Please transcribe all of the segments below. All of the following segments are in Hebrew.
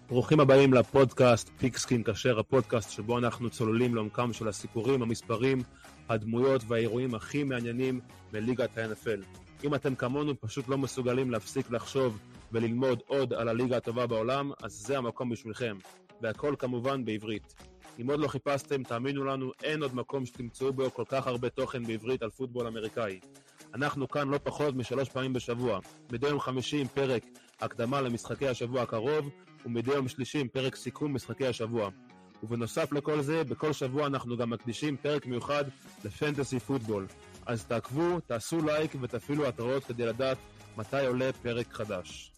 ברוכים הבאים לפודקאסט פיקסקין כשר, הפודקאסט שבו אנחנו צוללים לעומקם של הסיפורים, המספרים, הדמויות והאירועים הכי מעניינים בליגת ה-NFL. אם אתם כמונו פשוט לא מסוגלים להפסיק לחשוב וללמוד עוד על הליגה הטובה בעולם, אז זה המקום בשבילכם. והכל כמובן בעברית. אם עוד לא חיפשתם, תאמינו לנו, אין עוד מקום שתמצאו בו כל כך הרבה תוכן בעברית על פוטבול אמריקאי. אנחנו כאן לא פחות מ3 פעמים בשבוע. מדי יום חמישי עם פרק הקדמה למשחקי השבוע הקרוב, ומדי יום שלישי עם פרק סיכום משחקי השבוע. ובנוסף לכל זה, בכל שבוע אנחנו גם מקדישים פרק מיוחד לפנטסי פוטבול. אז תעקבו, תעשו לייק ותפעילו התראות כדי לדעת מתי עולה פרק חדש.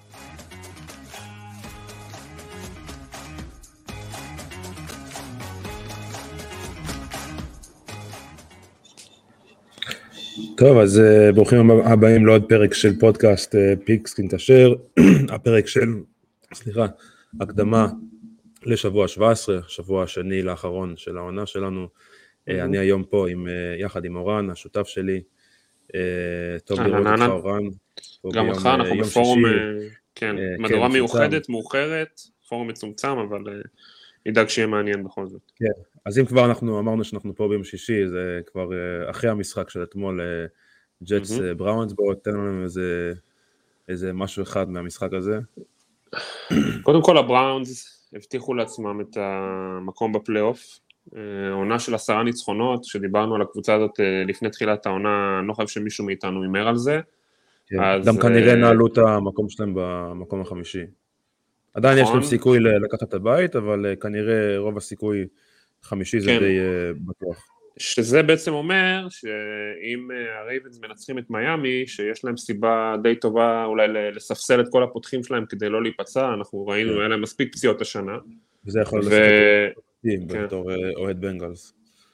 טוב, אז ברוכים הבאים לעוד פרק של פודקאסט פיקסקין כשר, הפרק של, הקדמה לשבוע 17, שבוע השני לאחרון של העונה שלנו. אני היום פה יחד עם אורן, השותף שלי. טוב לראות אותך אורן. גם אותך, אנחנו בפורום, כן, מדורה מיוחדת, מאוחרת, פורום מצומצם, אבל נדאג שיהיה מעניין בכל זאת. כן, אז אם כבר אנחנו אמרנו שאנחנו פה ביום שישי, זה כבר אחרי המשחק של אתמול, ג'טס בראונס, בואו תן לנו איזה משהו אחד מהמשחק הזה. קודם כל הבראונס הבטיחו לעצמם את המקום בפלייאוף, עונה של 10 ניצחונות, שדיברנו על הקבוצה הזאת לפני תחילת העונה, אני לא חושב שמישהו מאיתנו יימר על זה. כן, גם כנראה נעלו את המקום שלהם במקום החמישי. עדיין יש להם סיכוי לקחת את הבית, אבל כנראה רוב הסיכוי חמישי זה די בטוח. שזה בעצם אומר שאם הרייבנס מנצחים את מיאמי, שיש להם סיבה די טובה אולי לספסל את כל הפותחים שלהם כדי לא להיפצע, אנחנו ראינו, היה להם מספיק פציעות השנה. וזה יכול לשחק בתור אוהד בנגלס.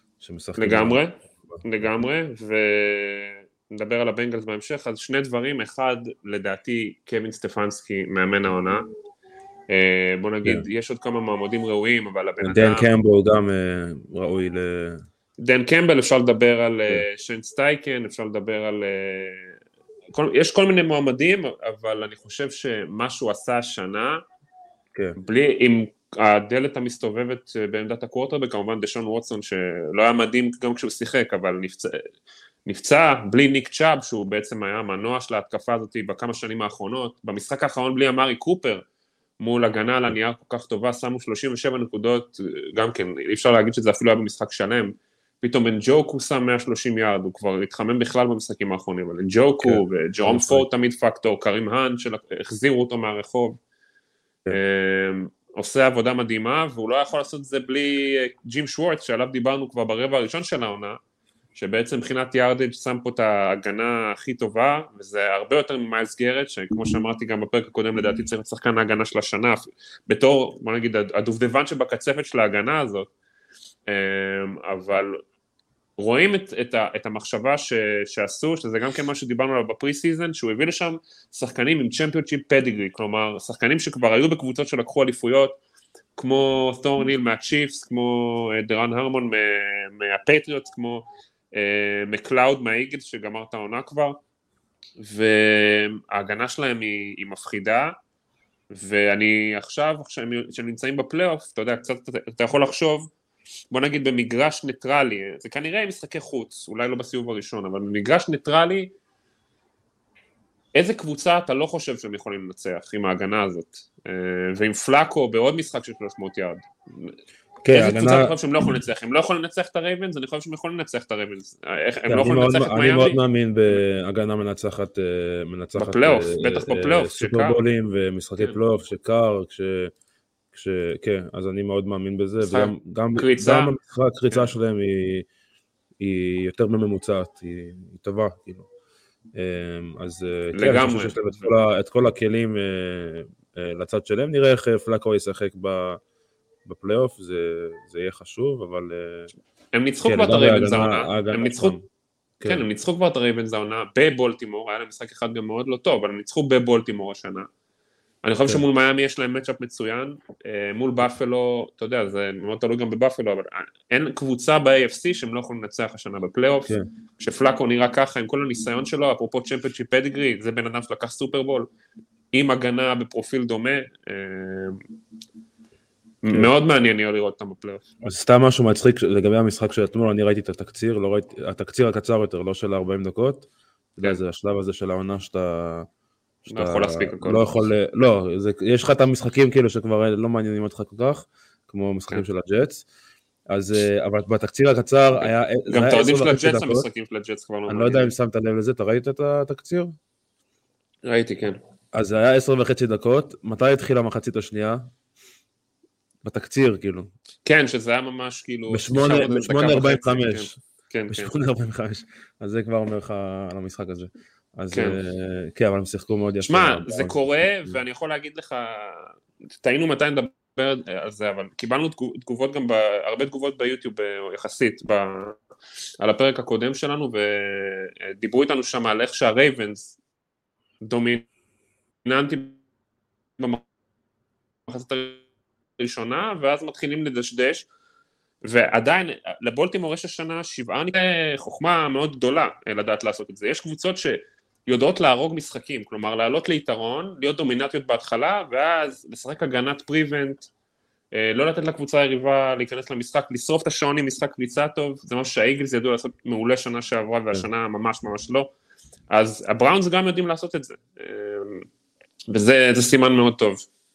לגמרי, ונדבר על הבנגלס בהמשך, אז שני דברים, אחד לדעתי קווין סטפנסקי מאמן העונה, בוא נגיד, יש עוד כמה מעמודים ראויים, אבל הבן אדם... דן קמבל גם ראוי דן קמבל, אפשר לדבר על שיין סטייקן, אפשר לדבר על... יש כל מיני מועמדים, אבל אני חושב שמה שהוא עשה השנה, בלי, עם הדלת המסתובבת בעמדת הקוורטרבק, כמובן דשון ווטסון, שלא היה מדהים גם כשהוא שיחק, אבל נפצע, בלי ניק צ'אב, שהוא בעצם היה מנוע של ההתקפה הזאת בכמה שנים האחרונות, במשחק האחרון בלי אמרי קופר, מול הגנה על הנייר כל כך טובה, שמו 37 נקודות, גם כן, אי אפשר להגיד שזה אפילו היה במשחק שלם, פתאום אנג'וקו שם 130 יארד, הוא כבר התחמם בכלל במשחקים האחרונים, אבל אנג'וקו וג'רום פורד תמיד פקטור, קרים האן, שהחזירו אותו מהרחוב, עושה עבודה מדהימה, והוא לא יכול לעשות את זה בלי ג'ים שוורץ, שעליו דיברנו כבר ברבע הראשון של העונה, שבעצם מבחינת יארדג' שם פה את ההגנה הכי טובה, וזה הרבה יותר ממיילס גרט, שכמו שאמרתי גם בפרק הקודם, לדעתי צריך לשחקן ההגנה של השנה, בתור, בוא נגיד, הדובדבן שבקצפת של ההגנה הזאת, אבל רואים את המחשבה שעשו, שזה גם כן מה שדיברנו עליו בפרי סיזן, שהוא הביא לשם שחקנים עם צ'מפיונשיפ פדיגרי, כלומר, שחקנים שכבר היו בקבוצות שלקחו אליפויות, כמו תורניל מהצ'יפס, כמו דרן הרמון מהפטריוטס, כמו מקלאוד מהאיגלס שגמר את העונה כבר, וההגנה שלהם היא מפחידה, ואני עכשיו, כשהם נמצאים בפלייאוף, אתה יודע, קצת אתה יכול לחשוב, בוא נגיד במגרש ניטרלי, זה כנראה משחקי חוץ, אולי לא בסיבוב הראשון, אבל במגרש ניטרלי, איזה קבוצה אתה לא חושב שהם יכולים לנצח עם ההגנה הזאת, ועם פלאקו בעוד משחק של 300 יארד, איזה קבוצה אתה חושב שהם לא יכולים לנצח, הם לא יכולים לנצח את הרייבנס, אני חושב שהם יכולים לנצח את הרייבנס, הם לא יכולים לנצח את מיאמי. אני מאוד מאמין בהגנה מנצחת בפלייאוף, בטח בפלייאוף, סופרבולים ומשחקי פלייאוף שקר, כן, אז אני מאוד מאמין בזה, וגם המשחק קריצה שלהם היא יותר מממוצעת, היא טובה, כאילו. אז כן, אני חושב שיש להם את כל הכלים לצד שלהם, נראה איך פלאקו ישחק בפלייאוף, זה יהיה חשוב, אבל... הם ניצחו כבר את הרייבנס העונה, הם ניצחו כבר את הרייבנס העונה בבולטימור, היה להם משחק אחד גם מאוד לא טוב, אבל הם ניצחו בבולטימור השנה, אני חושב שמול מיאמי יש להם מצ'אפ מצוין, מול באפלו, אתה יודע, זה מאוד תלוי גם בבאפלו, אבל אין קבוצה ב-AFC שהם לא יכולים לנצח השנה בפלייאוף, שפלאקו נראה ככה, עם כל הניסיון שלו, אפרופו צ'מפיונשיפ פדיגרי, זה בן אדם שלקח סופרבול, עם הגנה בפרופיל דומה, מאוד מעניין יהיה לראות אותם בפלייאוף. אז סתם משהו מצחיק לגבי המשחק של אתמול, אני ראיתי את התקציר, התקציר הקצר יותר, לא של 40 דקות, זה השלב הזה של העונה שאתה לא יכול להספיק הכל. לא יכול, לא, יש לך את המשחקים כאילו שכבר לא מעניינים אותך כל כך, כמו משחקים של הג'טס, אז, אבל בתקציר הקצר היה... גם תועדים של הג'טס, המשחקים של הג'טס כבר לא מעניינים. אני לא יודע אם שמת לב לזה, אתה ראית את התקציר? ראיתי, כן. אז זה היה 10.5 דקות, מתי התחילה המחצית השנייה? בתקציר, כאילו. כן, שזה היה ממש כאילו... ב-8:45. כן, ב-8:45. אז זה כבר אומר לך על המשחק הזה. אז כן, אבל הם שיחקו מאוד יפה. שמע, זה קורה, ואני יכול להגיד לך, טעינו מתי נדבר על זה, אבל קיבלנו תגובות גם, הרבה תגובות ביוטיוב יחסית, על הפרק הקודם שלנו, ודיברו איתנו שם על איך שהרייבנס דומיננטי במחצית הראשונה, ואז מתחילים לדשדש, ועדיין לבולטימור יש השנה 7 חוכמה מאוד גדולה לדעת לעשות את זה. יש קבוצות שיודעות להרוג משחקים, כלומר לעלות ליתרון, להיות דומיננטיות בהתחלה, ואז לשחק הגנת פריבנט, לא לתת לקבוצה היריבה להיכנס למשחק, לשרוף את השעון עם משחק קריצה טוב, זה משהו שהאיגלס ידעו לעשות מעולה שנה שעברה, והשנה ממש ממש לא. אז הבראונס גם יודעים לעשות את זה, וזה סימן מאוד טוב.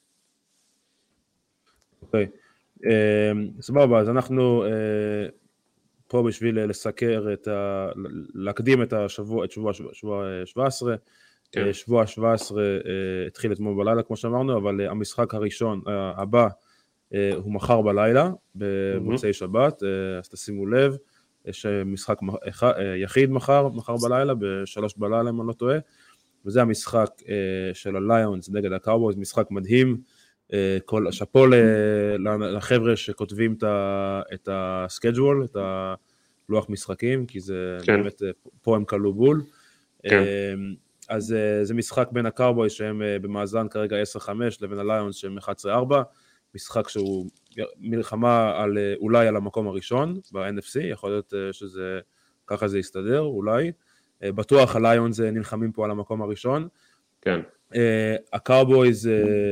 אוקיי. סבבה, אז אנחנו פה בשביל לסקר להקדים את שבוע 17, שבוע 17 התחיל אתמול בלילה כמו שאמרנו, אבל המשחק הראשון הבא הוא מחר בלילה, במוצאי שבת, אז תשימו לב, יש משחק יחיד מחר בלילה, ב3 בלילה אם אני לא טועה, וזה המשחק של הליונס נגד הקאובויז, משחק מדהים, כל השפו לחבר'ה שכותבים את הסקייג'ואל, את הלוח משחקים, כי זה באמת, פה הם קלו בול. אז זה משחק בין הקאובויז שהם במאזן כרגע 10-5 לבין הליונס שהם 11-4, משחק שהוא מלחמה אולי על המקום הראשון ב-NFC, יכול להיות שזה ככה זה יסתדר, אולי. בטוח הליונס נלחמים פה על המקום הראשון. כן. הקאובויז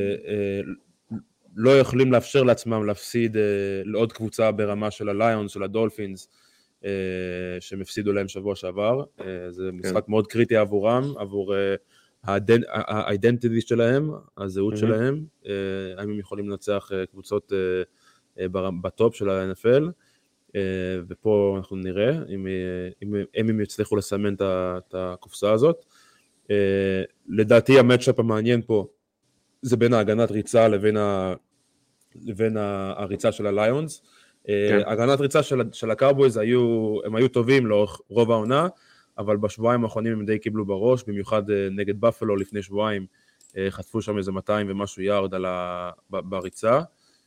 לא יכולים לאפשר לעצמם להפסיד לעוד קבוצה ברמה של הליונס, של הדולפינס, שהם הפסידו להם שבוע שעבר. זה משחק מאוד קריטי עבורם, עבור האידנטיטי שלהם, הזהות שלהם, האם הם יכולים לנצח קבוצות בטופ של ה-NFL, ופה אנחנו נראה אם הם יצליחו לסמן את הקופסה הזאת. לדעתי המאצ'אפ המעניין פה זה בין ההגנת ריצה לבין הריצה של הליונס. הגנת ריצה של הקאובויז הם היו טובים לאורך רוב העונה, אבל בשבועיים האחרונים הם די קיבלו בראש, במיוחד נגד בפלו לפני שבועיים, חטפו שם איזה 200 ומשהו יארד בריצה,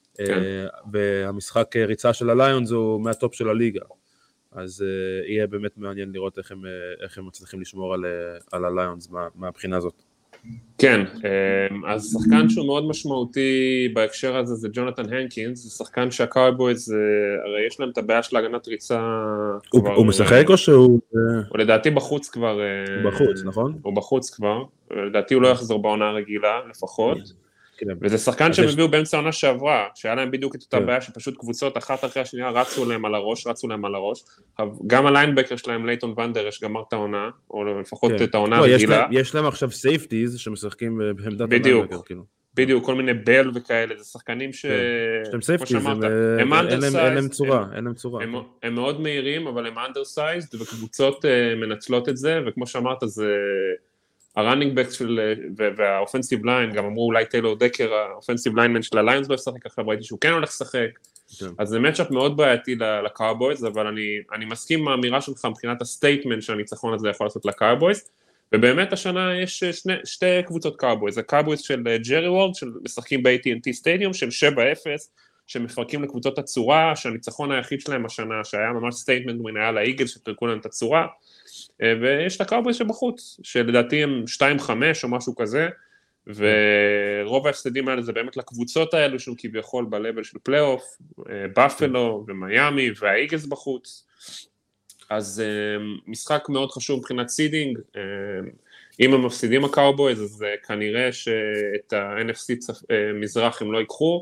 והמשחק ריצה של הליונס הוא מהטופ של הליגה, אז יהיה באמת מעניין לראות איך הם מצליחים לשמור על הליונס מהבחינה הזאת. כן, אז שחקן שהוא מאוד משמעותי בהקשר הזה זה ג'ונתן הנקינס, זה שחקן שהקאובויז, הרי יש להם את הבעיה של הגנת ריצה. הוא משחק או שהוא... הוא לדעתי בחוץ כבר. בחוץ, נכון? הוא בחוץ כבר, לדעתי הוא לא יחזור בעונה הרגילה לפחות, וזה שחקן שהם הביאו באמצע העונה שעברה, שהיה להם בדיוק את אותה בעיה שפשוט קבוצות אחת אחרי השנייה רצו להם על הראש, גם הליינבקר שלהם לייטון ונדרש גמר את העונה, או לפחות את העונה הרגילה. יש להם עכשיו סייפטיז שמשחקים בעמדת הליינבקר, בדיוק, כל מיני בל וכאלה, זה שחקנים שהם סייפטיז, אין להם צורה. הם מאוד מהירים, אבל הם אנדרסייזד, וקבוצות מנצלות את זה, וכמו שאמרת, זה... הראנינג בק והאופנסיב ליין, גם אמרו אולי טיילור דקר, האופנסיב ליינמן של הליינס לא ישחק, עכשיו ראיתי שהוא כן הולך לשחק, אז זה מאצ'אפ מאוד בעייתי לקאובויז, אבל אני מסכים עם האמירה שלך מבחינת הסטייטמנט שהניצחון הזה יכול לעשות לקאובויז, ובאמת השנה יש שתי קבוצות קאובויז, הקאובויז של ג'רי וורד, שמשחקים ב-AT&T סטדיום, שהם 7-0, שמפרקים לקבוצות הצורה, שהניצחון היחיד שלהם השנה, שהיה ממש סטייטמנט מנהל לאיגל, שפרקו להם את הצורה, ויש את הקאובויז שבחוץ, שלדעתי הם 2-5 או משהו כזה, ורוב ההפסדים האלה זה באמת לקבוצות האלו, שהוא כביכול בלבל של פלייאוף, בפלו ומיימי והאיגלס בחוץ, אז משחק מאוד חשוב מבחינת סידינג, אם הם מפסידים הקאובויז, אז כנראה שאת ה-NFC מזרח הם לא ייקחו,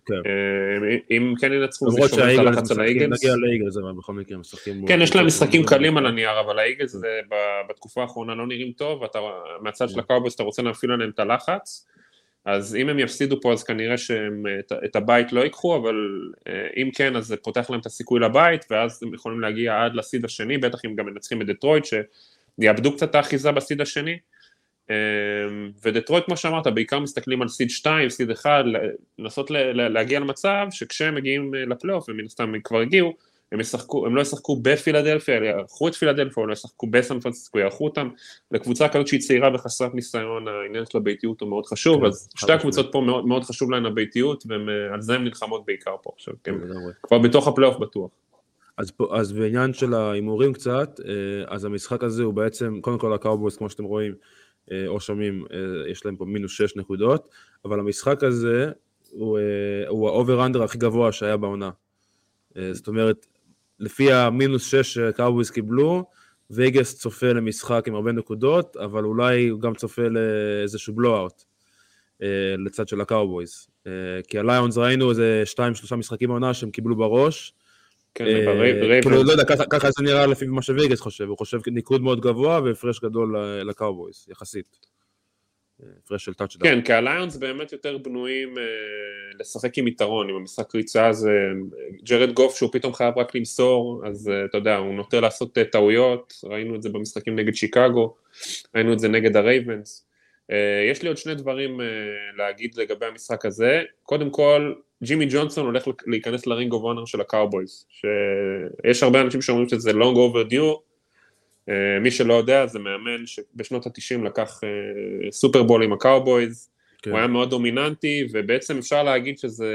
אם כן ינצחו, זה שומר את הלחץ על האיגלס. נגיע לאיגלס, אבל בכל מקרה משחקים... כן, יש להם משחקים קלים על הנייר, אבל האיגלס בתקופה האחרונה לא נראים טוב, מהצד של הקאובויז אתה רוצה להפעיל עליהם את הלחץ, אז אם הם יפסידו פה, אז כנראה שהם את הבית לא ייקחו, אבל אם כן, אז זה פותח להם את הסיכוי לבית, ואז הם יכולים להגיע עד לסיד השני, בטח אם גם מנצחים את דטרויט, שיאבדו קצת האחיזה בסיד השני, ודטרויט, כמו שאמרת, בעיקר מסתכלים על סיד 2, סיד 1, לנסות להגיע למצב שכשהם מגיעים לפלייאוף, ומן הסתם הם כבר הגיעו, הם לא ישחקו בפילדלפיה, יערכו את פילדלפיה, או לא ישחקו בסן פרנסיסקו, יערכו אותם, לקבוצה כזאת שהיא צעירה וחסרת ניסיון, העניין של הביתיות הוא מאוד חשוב, אז שתי הקבוצות פה מאוד חשוב להן הביתיות, ועל זה הן נלחמות בעיקר פה, עכשיו, כבר בתוך הפלייאוף בטוח. אז בעניין של ההימורים קצת, אז המשחק הזה הוא בעצם, קודם כל הקאובויז, כמו שאתם רואים, או שומעים, יש להם פה מינוס 6 נקודות, אבל המשחק הזה הוא האובר-אנדר הכי גבוה שהיה בעונה. זאת אומרת, לפי המינוס 6 שקאובויז קיבלו, וייגס צופה למשחק עם הרבה נקודות, אבל אולי הוא גם צופה לאיזשהו בלואוט לצד של הקאובויז. כי הליונס ראינו איזה 2-3 משחקים בעונה שהם קיבלו בראש, כאילו לא יודע, ככה זה נראה לפי מה שוויגס חושב, הוא חושב ניקוד מאוד גבוה והפרש גדול לקאובויז, יחסית. הפרש של טאצ'דאון. כן, כי הליונס באמת יותר בנויים לשחק עם יתרון, עם המשחק ריצה הזה, ג'רד גוף שהוא פתאום חייב רק למסור, אז אתה יודע, הוא נוטה לעשות טעויות, ראינו את זה במשחקים נגד שיקגו, ראינו את זה נגד הרייבנס. יש לי עוד שני דברים להגיד לגבי המשחק הזה, קודם כל, ג'ימי ג'ונסון הולך להיכנס לרינג אוף אונר של הקאובויז, שיש הרבה אנשים שאומרים שזה long overdue, מי שלא יודע זה מאמן שבשנות ה-90 לקח סופרבול עם הקאובויז, הוא היה מאוד דומיננטי, ובעצם אפשר להגיד שזה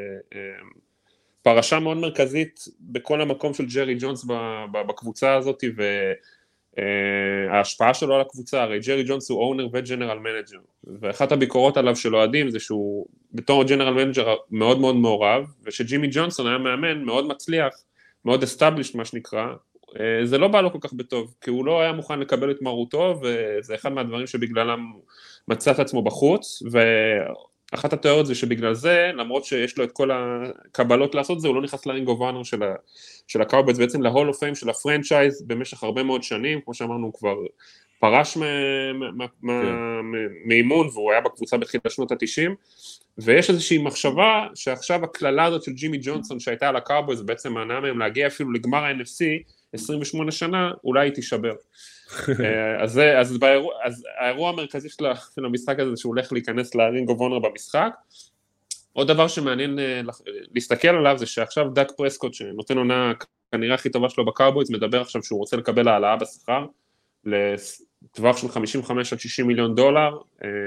פרשה מאוד מרכזית בכל המקום של ג'רי ג'ונס בקבוצה הזאת, וההשפעה שלו על הקבוצה, הרי ג'רי ג'ונס הוא אונר וג'נרל מנג'ר, ואחת הביקורות עליו של אוהדים זה שהוא בתור ג'נרל מנג'ר מאוד מאוד מעורב, ושג'ימי ג'ונסון היה מאמן מאוד מצליח, מאוד established מה שנקרא, זה לא בא לו כל כך בטוב, כי הוא לא היה מוכן לקבל את מרותו, וזה אחד מהדברים שבגללם מצא את עצמו בחוץ, ואחת התיאוריות זה שבגלל זה, למרות שיש לו את כל הקבלות לעשות זה, הוא לא נכנס לרינג אוף אונר של הקאובויז, בעצם להול אוף פיים של הפרנצ'ייז במשך הרבה מאוד שנים, כמו שאמרנו, הוא כבר פרש מאימון, והוא היה בקבוצה בתחילת שנות ה-90, ויש איזושהי מחשבה שעכשיו הכללה הזאת של ג'ימי ג'ונסון שהייתה על הקאובויז, בעצם מנעה מהם להגיע אפילו לגמר ה-NFC, 28 שנה, אולי היא תישבר. אז האירוע המרכזי של המשחק הזה, שהוא הולך להיכנס לרינג אוף אונר במשחק. עוד דבר שמעניין להסתכל עליו, זה שעכשיו דאק פרסקוט, שנותן עונה כנראה הכי טובה שלו בקאובויז, מדבר עכשיו שהוא רוצה לקבל העלאה בשכר, לטווח של 55 עד 60 מיליון דולר,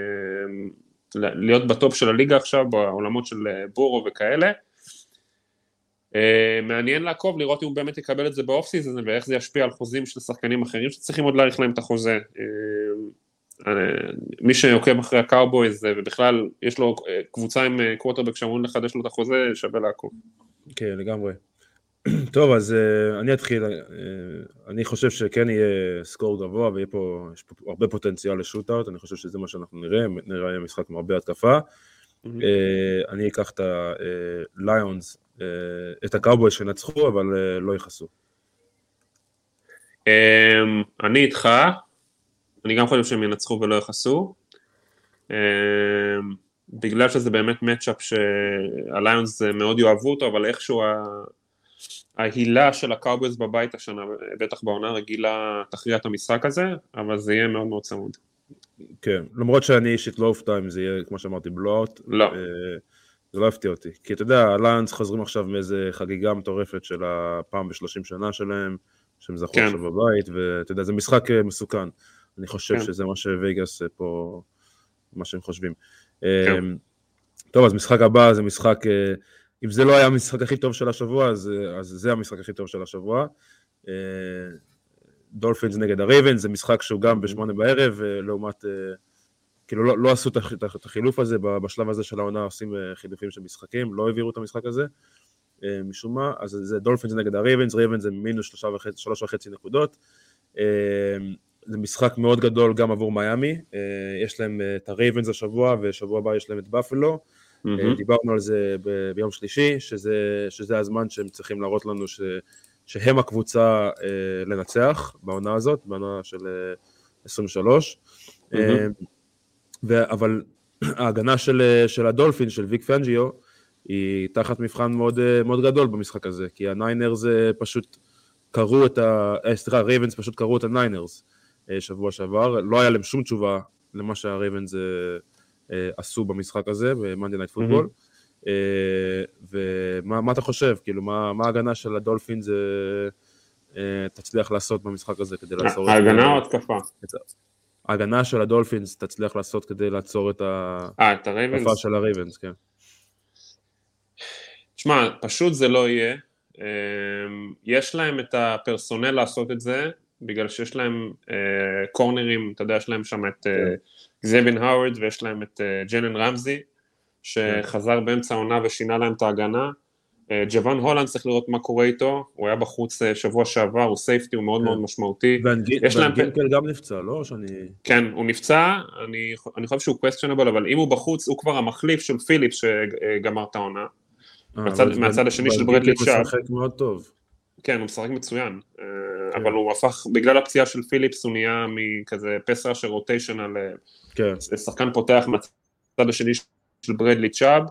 להיות בטופ של הליגה עכשיו, בעולמות של בורו וכאלה. מעניין לעקוב, לראות אם הוא באמת יקבל את זה באוף סיזן, ואיך זה ישפיע על חוזים של שחקנים אחרים, שצריכים עוד להאריך להם את החוזה. מי שעוקב אחרי הקאובויז, ובכלל יש לו קבוצה עם קווטרבק שאמורים לחדש לו את החוזה, שווה לעקוב. כן, לגמרי. טוב, אז אני אתחיל, אני חושב שכן יהיה סקור גבוה, ויש פה הרבה פוטנציאל לשוט-אוט, אני חושב שזה מה שאנחנו נראה משחק עם הרבה התקפה. אני אקח את הליונס, את הקאובויז שנצחו, אבל לא יחסו. אני איתך, אני גם חושב שהם ינצחו ולא יחסו, בגלל שזה באמת מצ'אפ שהליונס מאוד יאהבו אותו, אבל איכשהו ההילה של הקאובויז בבית השנה, בטח בעונה רגילה תכריע את המשחק הזה, אבל זה יהיה מאוד מאוד צמוד. כן, למרות שאני אישית לא אופתע אם זה יהיה, כמו שאמרתי, בלואוט. לא. זה לא הפתיע אותי, כי אתה יודע, הליונס חוזרים עכשיו מאיזה חגיגה מטורפת של הפעם ב-30 שנה שלהם, שהם זכו עכשיו בבית, ואתה יודע, זה משחק מסוכן. אני חושב שזה מה שוויגאס פה, מה שהם חושבים. טוב, אז משחק הבא זה משחק, אם זה לא היה המשחק הכי טוב של השבוע, אז זה המשחק הכי טוב של השבוע. דולפינס נגד הרייבנס, זה משחק שהוא גם ב8 בערב, לעומת, כאילו לא עשו את החילוף הזה, בשלב הזה של העונה עושים חילופים של משחקים, לא העבירו את המשחק הזה, משום מה, אז זה דולפינס נגד הרייבנס, רייבנס זה מינוס 3.5 נקודות, זה משחק מאוד גדול גם עבור מיאמי, יש להם את הרייבנס השבוע, ושבוע הבא יש להם את באפלו, דיברנו על זה ביום שלישי, שזה הזמן שהם צריכים להראות לנו שהם הקבוצה לנצח בעונה הזאת, בעונה של 23, אבל ההגנה של הדולפין, של ויק פנג'יו, היא תחת מבחן מאוד, מאוד גדול במשחק הזה, כי הניינרס פשוט קראו הרייבנס פשוט קראו את הניינרס שבוע שעבר, לא היה להם שום תשובה למה שהרייבנס עשו במשחק הזה, ב-Monday Night Football, ומה אתה חושב, כאילו, מה ההגנה של הדולפין תצליח לעשות במשחק הזה כדי לעצור ההגנה או התקפה? ההגנה של הדולפינס תצליח לעשות כדי לעצור את התקפה של הרייבנס, כן. תשמע, פשוט זה לא יהיה, יש להם את הפרסונל לעשות את זה, בגלל שיש להם קורנרים, אתה יודע, יש להם שם את זבין האוורד, ויש להם את ג'לן רמזי, שחזר באמצע העונה ושינה להם את ההגנה, ג'וון הולנד צריך לראות מה קורה איתו, הוא היה בחוץ שבוע שעבר, הוא סייפטי, הוא מאוד מאוד משמעותי. ונגינקל גם נפצע, לא? כן, הוא נפצע, אני חושב שהוא questionable, אבל אם הוא בחוץ, הוא כבר המחליף של פיליפס שגמר את העונה, מהצד השני של ברדלי צ'אב. הוא משחק מאוד טוב. כן, הוא משחק מצוין, אבל הוא הפך, בגלל הפציעה של פיליפס, הוא נהיה מכזה פסר של רוטיישנל, שחקן פותח מהצד השני של ברדלי צ'אב,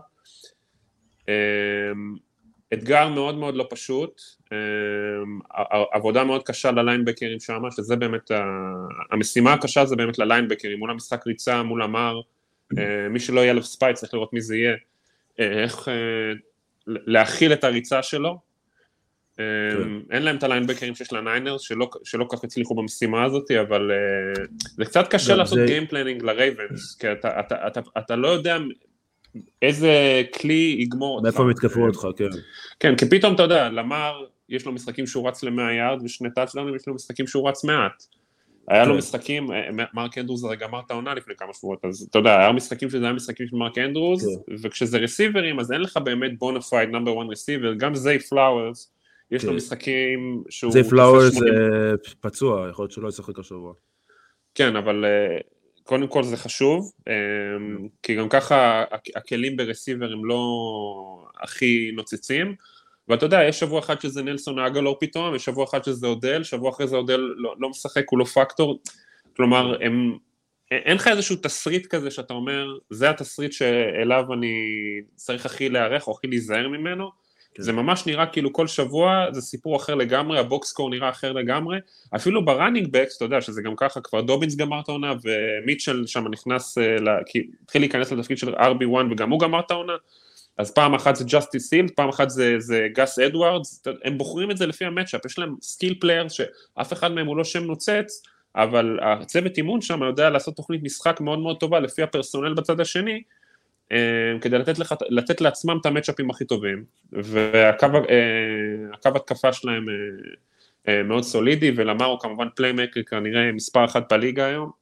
אתגר מאוד מאוד לא פשוט, עבודה מאוד קשה לליינבקרים שם, שזה באמת, המשימה הקשה זה באמת לליינבקרים, מול המשחק ריצה, מול אמר, מי שלא יהיה לו ספייט צריך לראות מי זה יהיה, איך להכיל את הריצה שלו, אין להם את הליינבקרים שיש לניינרס, שלא כך הצליחו במשימה הזאת, אבל זה קצת קשה לעשות גיימפלנינג לרייבנס, כי אתה לא יודע איזה כלי יגמור אותך. מאיפה מתקפו אותך, כן. כן, כי פתאום אתה יודע, למר, יש לו משחקים שהוא רץ ל100 יארד, ושני טאצ'דאונים, יש לו משחקים שהוא רץ מעט. היה לו משחקים, מרק אנדרוס הרי גמר את העונה לפני כמה שבועות, אז אתה יודע, היה משחקים שזה היה משחקים של מרק אנדרוס, וכשזה רסיברים, אז אין לך באמת בונאפייד, נאמבר 1 רסיבר, גם זיי פלאוורס, יש לו משחקים שהוא... זיי פלאוורס פצוע, יכול להיות שלא ישחק השבוע. כן, אבל... קודם כל זה חשוב, כי גם ככה הכלים ברסיבר הם לא הכי נוצצים, ואתה יודע, יש שבוע אחד שזה נלסון אגלור פתאום, יש שבוע אחד שזה אודל, שבוע אחרי זה אודל לא משחק, הוא לא פקטור, כלומר, אין לך איזשהו תסריט כזה שאתה אומר, זה התסריט שאליו אני צריך הכי להיערך או הכי להיזהר ממנו, זה ממש נראה כאילו כל שבוע זה סיפור אחר לגמרי, הבוקסקור נראה אחר לגמרי, אפילו בראנינג בקס, אתה יודע שזה גם ככה, כבר דובינס גמר את העונה, ומיטשל שם נכנס, התחיל להיכנס לתפקיד של RB1 וגם הוא גמר את העונה, אז פעם אחת זה ג'סטיס סילד, פעם אחת זה גס אדוארדס, הם בוחרים את זה לפי המאצ'אפ, יש להם סקיל פלייר שאף אחד מהם הוא לא שם נוצץ, אבל הצוות אימון שם יודע לעשות תוכנית משחק מאוד מאוד טובה לפי הפרסונל בצד השני, כדי לתת לעצמם את המאצ'אפים הכי טובים, והקו התקפה שלהם מאוד סולידי, ולמר הוא כמובן פליימקר כנראה מספר אחד בליגה היום,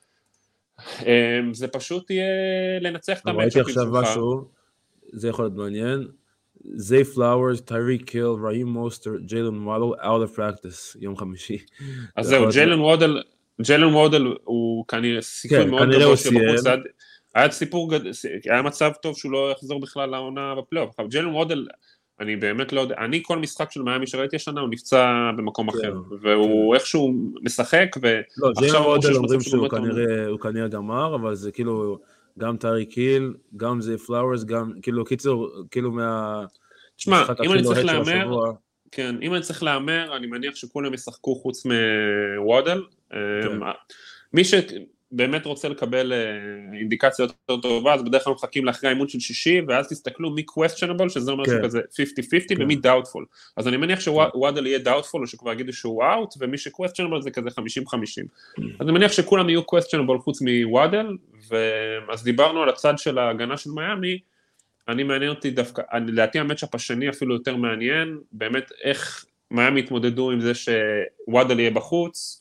זה פשוט יהיה לנצח את המאצ'אפים שלך. ראיתי עכשיו משהו, זה יכול להיות מעניין, זיי פלאוורס, טייריק קיל, ראים מוסטר, ג'יילן וודל, out of practice, יום חמישי. אז זהו, ג'יילן וודל הוא כנראה סיכוי מאוד גדול שבחוץ, היה מצב טוב שהוא לא יחזור בכלל לעונה בפלייאוף. ג'יילן וודל, אני באמת לא יודע, אני כל משחק של מיאמי שראיתי השנה, הוא נפצע במקום אחר, והוא איכשהו משחק, לא, ג'יילן וודל אומרים שהוא כנראה גמר, אבל זה כאילו, גם טייריק קיל, גם זיי פלאוורס, גם, כאילו, קיצור, כאילו תשמע, אם אני צריך להאמר, כן, אם אני צריך להאמר, אני מניח שכולם ישחקו חוץ מוודל, מי שבאמת רוצה לקבל אינדיקציה יותר טובה, אז בדרך כלל מחכים לאחרי האימון של שישי, ואז תסתכלו מי questionable, שזה אומר שהוא כזה 50-50, ומי doubtful. אז אני מניח שוודל יהיה doubtful, או שכבר יגידו שהוא out, ומי ש-questionable זה כזה 50-50. אז אני מניח שכולם יהיו questionable חוץ מוודל, אז דיברנו על הצד של ההגנה של מיאמי, אני מעניין אותי דווקא, לדעתי המאצ'אפ השני אפילו יותר מעניין, באמת איך מיאמי התמודדו עם זה שוודל יהיה בחוץ,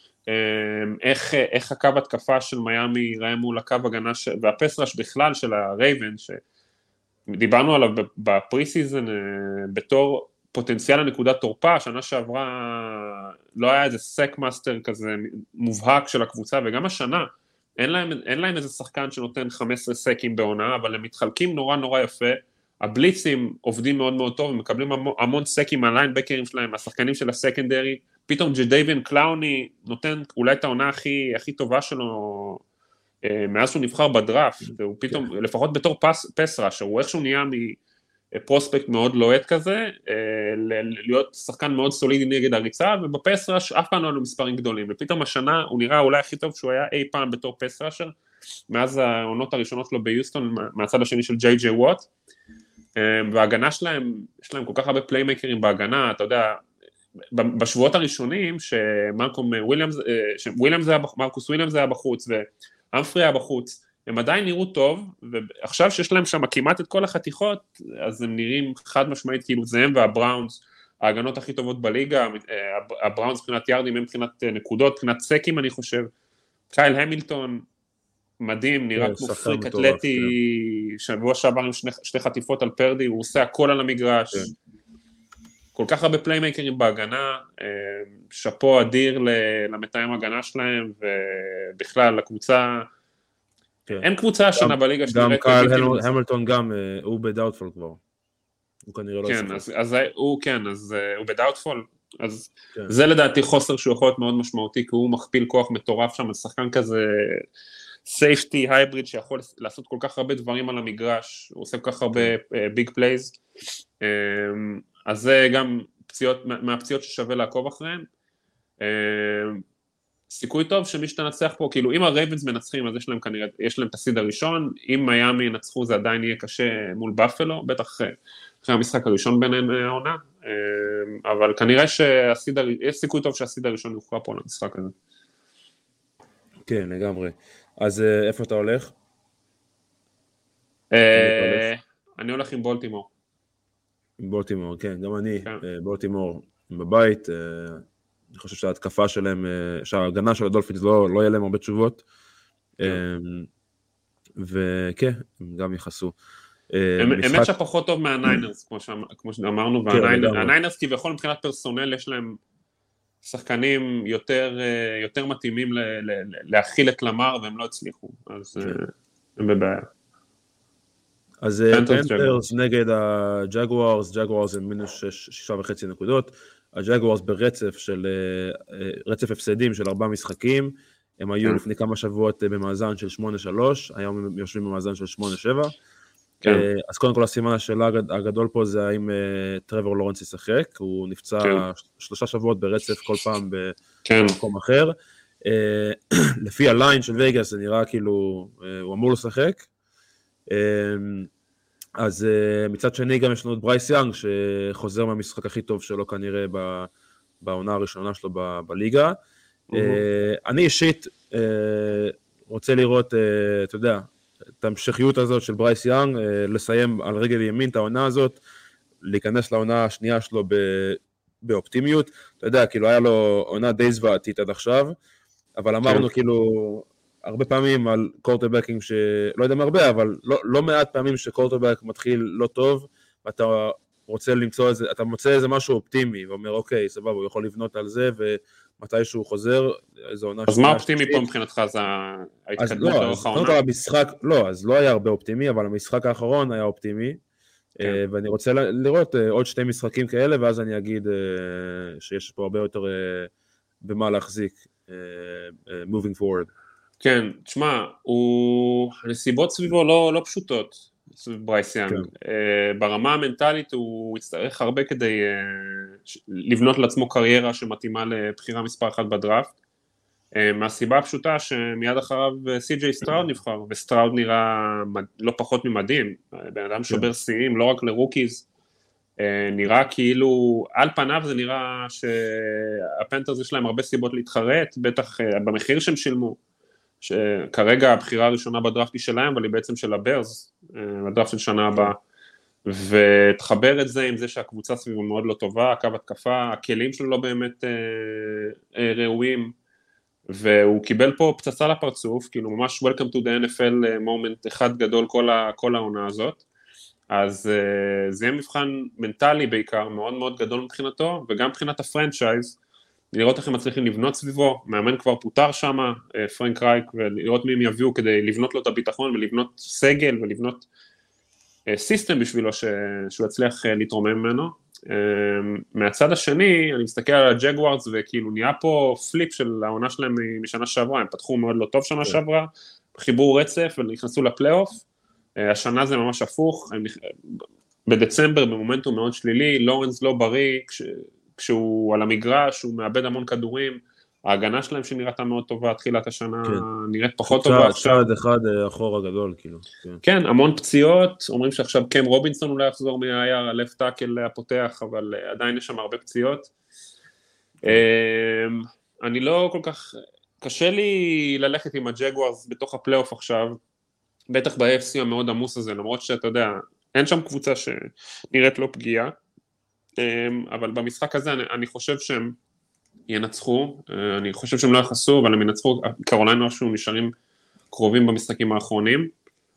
איך הקו התקפה של מיאמי ייראה מול הקו הגנה, והפסרש בכלל של הרייבן, שדיברנו עליו בפרי סיזן בתור פוטנציאל לנקודת תורפה, שנה שעברה לא היה איזה סק מאסטר כזה מובהק של הקבוצה, וגם השנה, אין להם איזה שחקן שנותן 15 סקים בעונה, אבל הם מתחלקים נורא נורא יפה, הבליצים עובדים מאוד מאוד טוב, הם מקבלים המון סקים מהליינבקרים שלהם, השחקנים של הסקנדרי, פתאום ג'דייביאן קלאוני נותן אולי את העונה הכי טובה שלו, מאז שהוא נבחר בדראפט, הוא פתאום, לפחות בתור פס ראשר, הוא איכשהו נהיה פרוספקט מאוד לוהט כזה, להיות שחקן מאוד סולידי נגד הריצה, ובפס ראש אף פעם לא היו מספרים גדולים, ופתאום השנה הוא נראה אולי הכי טוב שהוא היה אי פעם בתור פס ראשר, מאז העונות הראשונות שלו ביוסטון, מהצד השני של ג'יי ג'יי ווט, וההגנה שלהם, יש להם כל כך הרבה פליימקרים בהגנה, אתה יודע, בשבועות הראשונים, מרקוס וויליאמס היה בחוץ, ואמפרי היה בחוץ, הם עדיין נראו טוב, ועכשיו שיש להם שם כמעט את כל החתיכות, אז הם נראים חד משמעית, כאילו זה הם והבראונס, ההגנות הכי טובות בליגה, הבראונס מבחינת ירדים, הם מבחינת נקודות, מבחינת סקים אני חושב, קייל המילטון, מדהים, נראה כמו פריק אתלטי, שבוע שעבר עם שתי חטיפות על פרדי, הוא עושה הכל על המגרש, כל כך הרבה פליימייקרים בהגנה, שפו אדיר למתאם הגנה שלהם, ובכלל לקבוצה, אין קבוצה השנה בליגה גם קייל המילטון גם, הוא בדאוטפול כבר, הוא כנראה לא ישחק. אז הוא בדאוטפול, אז זה לדעתי חוסר שהוא יכול להיות מאוד משמעותי, כי הוא מכפיל כוח מטורף שם, שחקן כזה סייפטי, הייבריד, שיכול לעשות כל כך הרבה דברים על המגרש, הוא עושה כל כך הרבה ביג פלייז, אז זה גם מהפציעות ששווה לעקוב אחריהן, סיכוי טוב שמי שתנצח פה, כאילו אם הרייבנס מנצחים, אז יש להם את הסיד הראשון, אם מיאמי ינצחו זה עדיין יהיה קשה מול באפלו, בטח אחרי המשחק הראשון ביניהם העונה, אבל כנראה יש סיכוי טוב שהסיד הראשון יוכרע פה למשחק הזה. כן, לגמרי. אז איפה אתה הולך? אני הולך עם בולטימור. עם בולטימור, כן, גם אני, בולטימור בבית, אני חושב שההתקפה שלהם, שההגנה של הדולפינס לא יהיה להם הרבה תשובות, וכן, הם גם יחסו. אמת שפחות טוב מהניינרס, כמו שאמרנו, והניינרס כביכול מבחינת פרסונל יש להם שחקנים יותר מתאימים להכיל את למר, והם לא הצליחו, אז הם בבעיה. אז פנתרס נגד הג'גוארס, ג'גוארס הם מינוס 6.5 נקודות, הג'גוארס רצף הפסדים של 4 משחקים, הם היו לפני כמה שבועות במאזן של 8-3, היום הם יושבים במאזן של 8-7, אז קודם כל הסימן השאלה הגדול פה זה האם טרוור לורנס ישחק, הוא נפצע 3 שבועות ברצף כל פעם במקום אחר, לפי הליין של וייגאס זה נראה כאילו הוא אמור לשחק, אז מצד שני גם יש לנו את ברייס יאנג שחוזר מהמשחק הכי טוב שלו כנראה בעונה הראשונה שלו בליגה. אני אישית רוצה לראות, אתה יודע, את המשכיות הזאת של ברייס יאנג, לסיים על רגל ימין את העונה הזאת, להיכנס לעונה השנייה שלו באופטימיות, אתה יודע, כאילו היה לו עונה די זוועתית עד עכשיו, אבל אמרנו כאילו הרבה פעמים על קורטרבקים שלא יודע הרבה, אבל לא מעט פעמים שקורטרבק מתחיל לא טוב, ואתה רוצה למצוא איזה, אתה מוצא איזה משהו אופטימי, ואומר אוקיי, סבבה, הוא יכול לבנות על זה, ומתי שהוא חוזר, איזו עונה... אז מה אופטימי פה מבחינתך? זה ההתקדמות לאורך העונה? לא, אז לא היה הרבה אופטימי, אבל המשחק האחרון היה אופטימי, ואני רוצה לראות עוד 2 משחקים כאלה, ואז אני אגיד שיש פה הרבה יותר במה להחזיק, moving forward. כן, תשמע, הנסיבות סביבו לא פשוטות, סביב ברייס יאנג. ברמה המנטלית הוא יצטרך הרבה כדי לבנות לעצמו קריירה שמתאימה לבחירה מספר 1 בדראפט, מהסיבה הפשוטה שמיד אחריו סי.ג'יי סטראוד נבחר, וסטראוד נראה לא פחות ממדהים, בן אדם שובר שיאים, לא רק לרוקיז, נראה כאילו, על פניו זה נראה שהפנתרס יש להם הרבה סיבות להתחרט, בטח במחיר שהם שילמו, שכרגע הבחירה הראשונה בדראפט היא שלהם, אבל היא בעצם של הברז, בדראפט של שנה הבאה, ותחבר את זה עם זה שהקבוצה סביבו מאוד לא טובה, הקו התקפה, הכלים שלו לא באמת ראויים, והוא קיבל פה פצצה לפרצוף, כאילו ממש welcome to the NFL moment אחד גדול כל העונה הזאת, אז זה יהיה מבחן מנטלי בעיקר, מאוד מאוד גדול מבחינתו, וגם מבחינת הפרנצ'ייז, לראות איך הם מצליחים לבנות סביבו, מאמן כבר פוטר שם, פרנק רייק, ולראות מי הם יביאו כדי לבנות לו את הביטחון, ולבנות סגל, ולבנות סיסטם בשבילו שהוא יצליח להתרומם ממנו. מהצד השני, אני מסתכל על הג'גוארדס, וכאילו נהיה פה פליפ של העונה שלהם משנה שעברה, הם פתחו מאוד לא טוב שנה שעברה, חיבור רצף ונכנסו לפלייאוף, השנה זה ממש הפוך, בדצמבר במומנטום מאוד שלילי, לורנס לא בריא, כשהוא על המגרש, הוא מאבד המון כדורים, ההגנה שלהם שנראתה מאוד טובה, תחילת השנה נראית פחות טובה עכשיו. צעד אחד אחורה גדול, כאילו. כן, המון פציעות, אומרים שעכשיו קם רובינסון אולי יחזור מהיער, הלב טאקל הפותח, אבל עדיין יש שם הרבה פציעות. אני לא כל כך, קשה לי ללכת עם הג'גוארס בתוך הפלייאוף עכשיו, בטח ב-FC המאוד עמוס הזה, למרות שאתה יודע, אין שם קבוצה שנראית לא פגיעה, אבל במשחק הזה אני חושב שהם ינצחו, אני חושב שהם לא יחסו, אבל הם ינצחו, קרוליינה שהוא נשארים קרובים במשחקים האחרונים.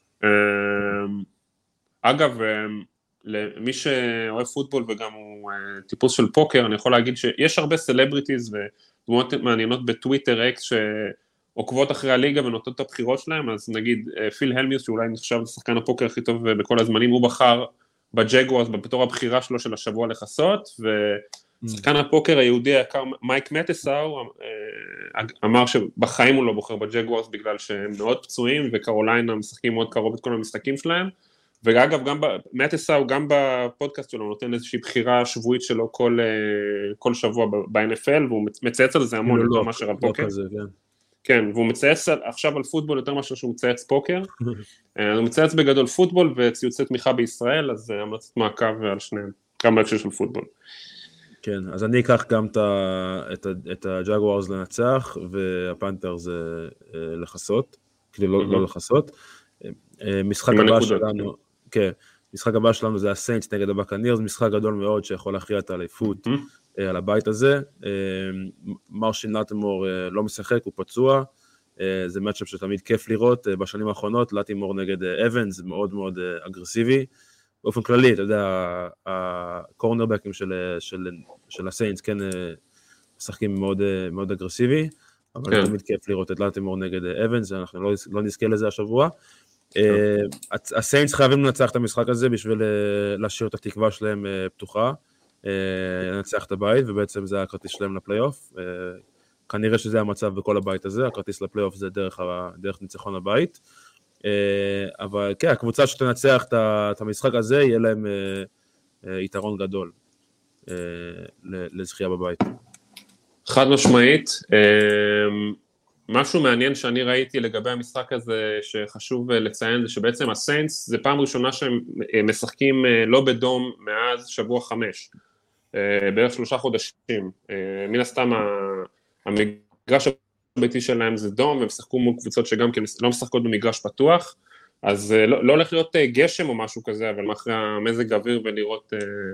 אגב, למי שאוהב פוטבול וגם הוא טיפוס של פוקר, אני יכול להגיד שיש הרבה סלבריטיז ודמויות מעניינות בטוויטר אקס שעוקבות אחרי הליגה ונותנות את הבחירות שלהם, אז נגיד פיל הלמיוס שאולי נחשב לשחקן הפוקר הכי טוב בכל הזמנים, הוא בחר בג'גוארס בתור הבחירה שלו של השבוע לחסות, ושחקן הפוקר היהודי היקר מייק מטסאו אמר שבחיים הוא לא בוחר בג'גוארס בגלל שהם מאוד פצועים וקרוליינה משחקים מאוד קרוב את כל המשחקים שלהם, ואגב גם מטסאו גם בפודקאסט שלו נותן איזושהי בחירה שבועית שלו כל שבוע ב-NFL והוא מצייץ על זה המון יותר מאשר על פוקר. כן, והוא מצייץ עכשיו על פוטבול יותר מאשר שהוא מצייץ פוקר, הוא מצייץ בגדול פוטבול וציוצי תמיכה בישראל, אז המלצת מעקב על שניהם, גם בהקשר של פוטבול. כן, אז אני אקח גם את הג'גוארס לנצח, והפנתר זה לחסות, כאילו לא לחסות. משחק הבא שלנו, כן, משחק הבא שלנו זה הסיינטס נגד הבקנירס, משחק גדול מאוד שיכול להכריע את האליפות על הבית הזה. מרשין לטימור לא משחק, הוא פצוע, זה מאצ'אפ שתמיד כיף לראות. בשנים האחרונות לטימור נגד אבנס, זה מאוד מאוד אגרסיבי, באופן כללי, אתה יודע, הקורנרבקים של הסיינטס כן משחקים מאוד, מאוד אגרסיבי, אבל תמיד כיף לראות את לטימור נגד אבנס, אנחנו לא נזכה לזה השבוע. הסיינטס חייבים לנצח את המשחק הזה בשביל להשאיר את התקווה שלהם פתוחה, לנצח את הבית, ובעצם זה הכרטיס שלהם לפלייאוף. כנראה שזה המצב בכל הבית הזה, הכרטיס לפלייאוף זה דרך ניצחון הבית, אבל כן, הקבוצה שתנצח את המשחק הזה, יהיה להם יתרון גדול לזכייה בבית. חד משמעית. משהו מעניין שאני ראיתי לגבי המשחק הזה שחשוב לציין, זה שבעצם הסיינטס זה פעם ראשונה שהם משחקים לא בדום מאז שבוע 5, בערך 3 חודשים. מן הסתם המגרש הביתי שלהם זה דום, והם שחקו מול קבוצות שגם כן לא משחקות במגרש פתוח, אז לא הולך להיות גשם או משהו כזה, אבל מאחרי המזג האוויר ולראות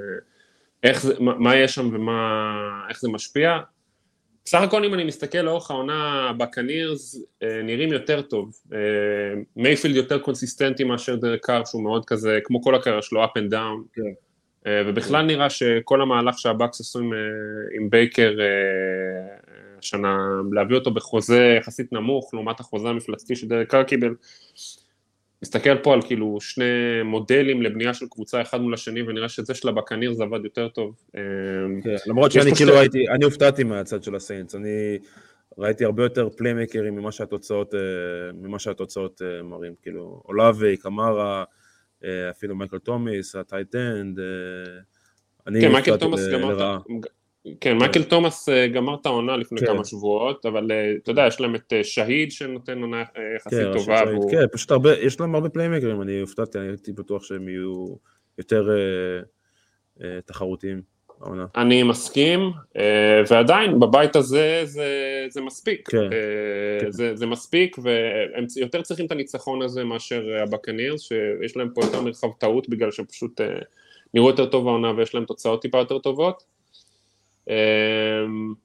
מה יש שם ואיך זה משפיע. בסך הכל אם אני מסתכל לאורך העונה, בקנירס נראים יותר טוב, מייפילד יותר קונסיסטנטי מאשר דרק קאר, שהוא מאוד כזה, כמו כל הקריירה שלו, up and down, ובכלל נראה שכל המהלך שהבאקס עשו עם בייקר השנה, להביא אותו בחוזה יחסית נמוך, לעומת החוזה המפלצתי שדרק קאר קיבל, מסתכל פה על כאילו שני מודלים לבנייה של קבוצה אחד מול השני, ונראה שזה של הבקניר זה עבד יותר טוב. למרות שאני כאילו אני הופתעתי מהצד של הסיינטס, אני ראיתי הרבה יותר פליימקרים ממה שהתוצאות מראים, כאילו אולאבי, קמרה, אפילו מייקל תומאס, הטייט-אנד, כן, מייקל תומאס גמר כן, מייקל תומאס גמר את העונה לפני כמה שבועות, אבל אתה יודע, יש להם את שהיד שנותן עונה יחסית טובה. כן, פשוט יש להם הרבה פליימקרים, אני הופתעתי, אני הייתי בטוח שהם יהיו יותר תחרותיים בעונה. אני מסכים, ועדיין בבית הזה זה מספיק. זה מספיק, והם יותר צריכים את הניצחון הזה מאשר הבקנירס, שיש להם פה יותר מרחב טעות, בגלל שהם פשוט נראו יותר טוב העונה, ויש להם תוצאות טיפה יותר טובות.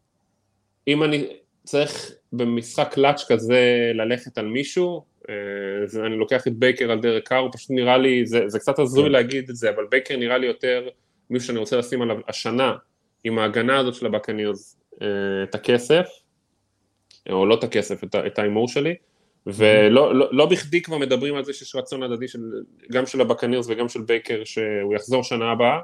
אם אני צריך במשחק קלאץ' כזה ללכת על מישהו, אני לוקח את בייקר על דרק קאר, הוא פשוט נראה לי, זה קצת הזוי להגיד את זה, אבל בייקר נראה לי יותר מישהו שאני רוצה לשים עליו השנה, עם ההגנה הזאת של הבקנירס, את הכסף, או לא את הכסף, את האימור שלי, ולא בכדי כבר מדברים על זה שיש רצון הדדי גם של הבקנירס וגם של בייקר, שהוא יחזור שנה הבאה,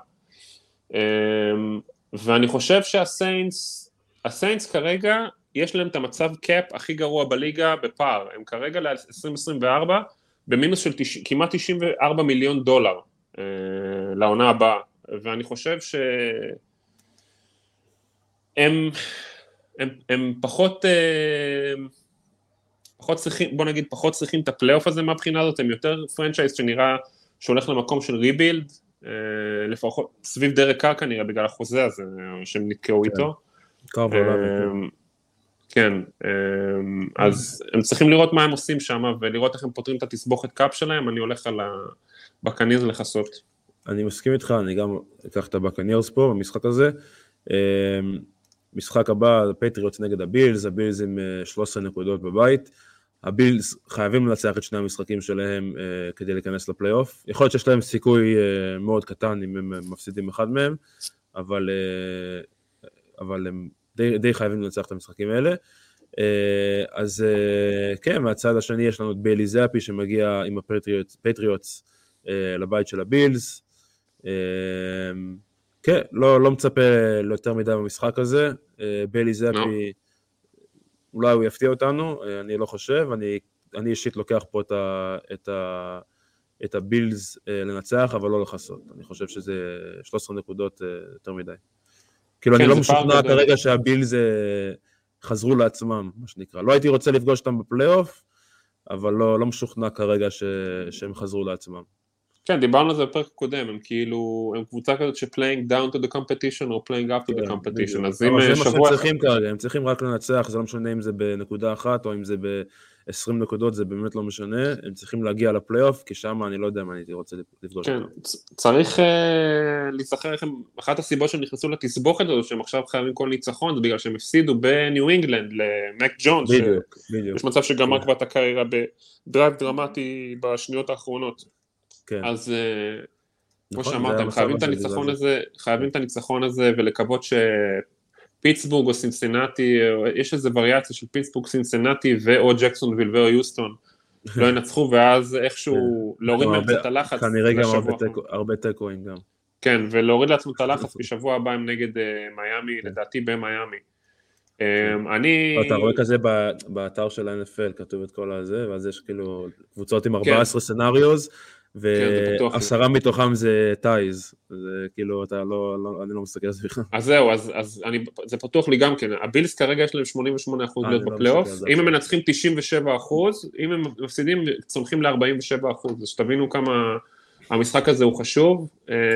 ואני חושב שהסיינס כרגע, יש להם את המצב קאפ הכי גרוע בליגה בפער, הם כרגע ל-2024 במינוס של כמעט $94 מיליון לעונה הבאה, ואני חושב הם פחות צריכים, בוא נגיד, פחות צריכים את הפלייאוף הזה מהבחינה הזאת, הם יותר פרנצ'ייז שנראה שהולך למקום של ריבילד, לפחות סביב דרק קאר כנראה בגלל החוזה הזה שהם נתקעו איתו. כן, אז הם צריכים לראות מה הם עושים שם, ולראות איך הם פותרים את התסבוכת קאפ שלהם, אני הולך על הבקנירס לחסות. אני מסכים איתך, אני גם אקח את הבקנירס פה במשחק הזה. משחק הבא, פטריוטס נגד הבילס, הבילס עם 13 נקודות בבית, הבילס חייבים לנצח את שני המשחקים שלהם כדי להיכנס לפלייאוף, יכול להיות שיש להם סיכוי מאוד קטן אם הם מפסידים אחד מהם, אבל הם די חייבים לנצח את המשחקים האלה. אז כן, מהצד השני יש לנו את ביילי זאפי שמגיע עם הפטריוטס לבית של הבילס. כן, לא מצפה ליותר מדי במשחק הזה. ביילי זאפי אולי הוא יפתיע אותנו, אני לא חושב, אני אישית לוקח פה את הבילס לנצח, אבל לא לחסות. אני חושב שזה 13 נקודות יותר מדי. כאילו, אני לא משוכנע כרגע שהבילס חזרו לעצמם, מה שנקרא. לא הייתי רוצה לפגוש אותם בפלייאוף, אבל לא משוכנע כרגע שהם חזרו לעצמם. כן, דיברנו על זה בפרק קודם, הם כאילו, הם קבוצה כזאת ש-playing down to the competition או playing up to the competition, אז אם שבוע... זה מה שהם צריכים כרגע, הם צריכים רק לנצח, זה לא משנה אם זה בנקודה אחת או אם זה ב-20 נקודות, זה באמת לא משנה, הם צריכים להגיע לפלייאוף, כי שם אני לא יודע מה אני רוצה לפגוש אותם. כן, צריך להיזכר לכם, אחת הסיבות שהם נכנסו לתסבוכת הזו, שהם עכשיו חייבים כל ניצחון, זה בגלל שהם הפסידו בניו אינגלנד למק ג'ונס, יש מצב שגמר כבר את הקריירה בדרייב דרמטי בשניות האחרונות. אז כמו שאמרתם, חייבים את הניצחון הזה ולקוות שפיטסבורג או סינסינטי, יש איזו וריאציה של פיטסבורג, סינסינטי ואו ג'קסונוויל ואו יוסטון לא ינצחו, ואז איכשהו להוריד מהם את הלחץ. כנראה גם הרבה טקואים גם. כן, ולהוריד לעצמו את הלחץ, בשבוע הבא הם נגד מיאמי, לדעתי במיימי. אתה רואה כזה באתר של ה-NFL, כתוב את כל הזה, ואז יש כאילו קבוצות עם 14 סנריוז, ו10 מתוכם זה טייז, זה כאילו, אני לא מסתכל על זה בכלל. אז זהו, זה פתוח לי גם כן, הבילס כרגע יש להם 88% להיות בפלייאוף, אם הם מנצחים 97%, אם הם מפסידים צומחים ל-47%, אז שתבינו כמה המשחק הזה הוא חשוב.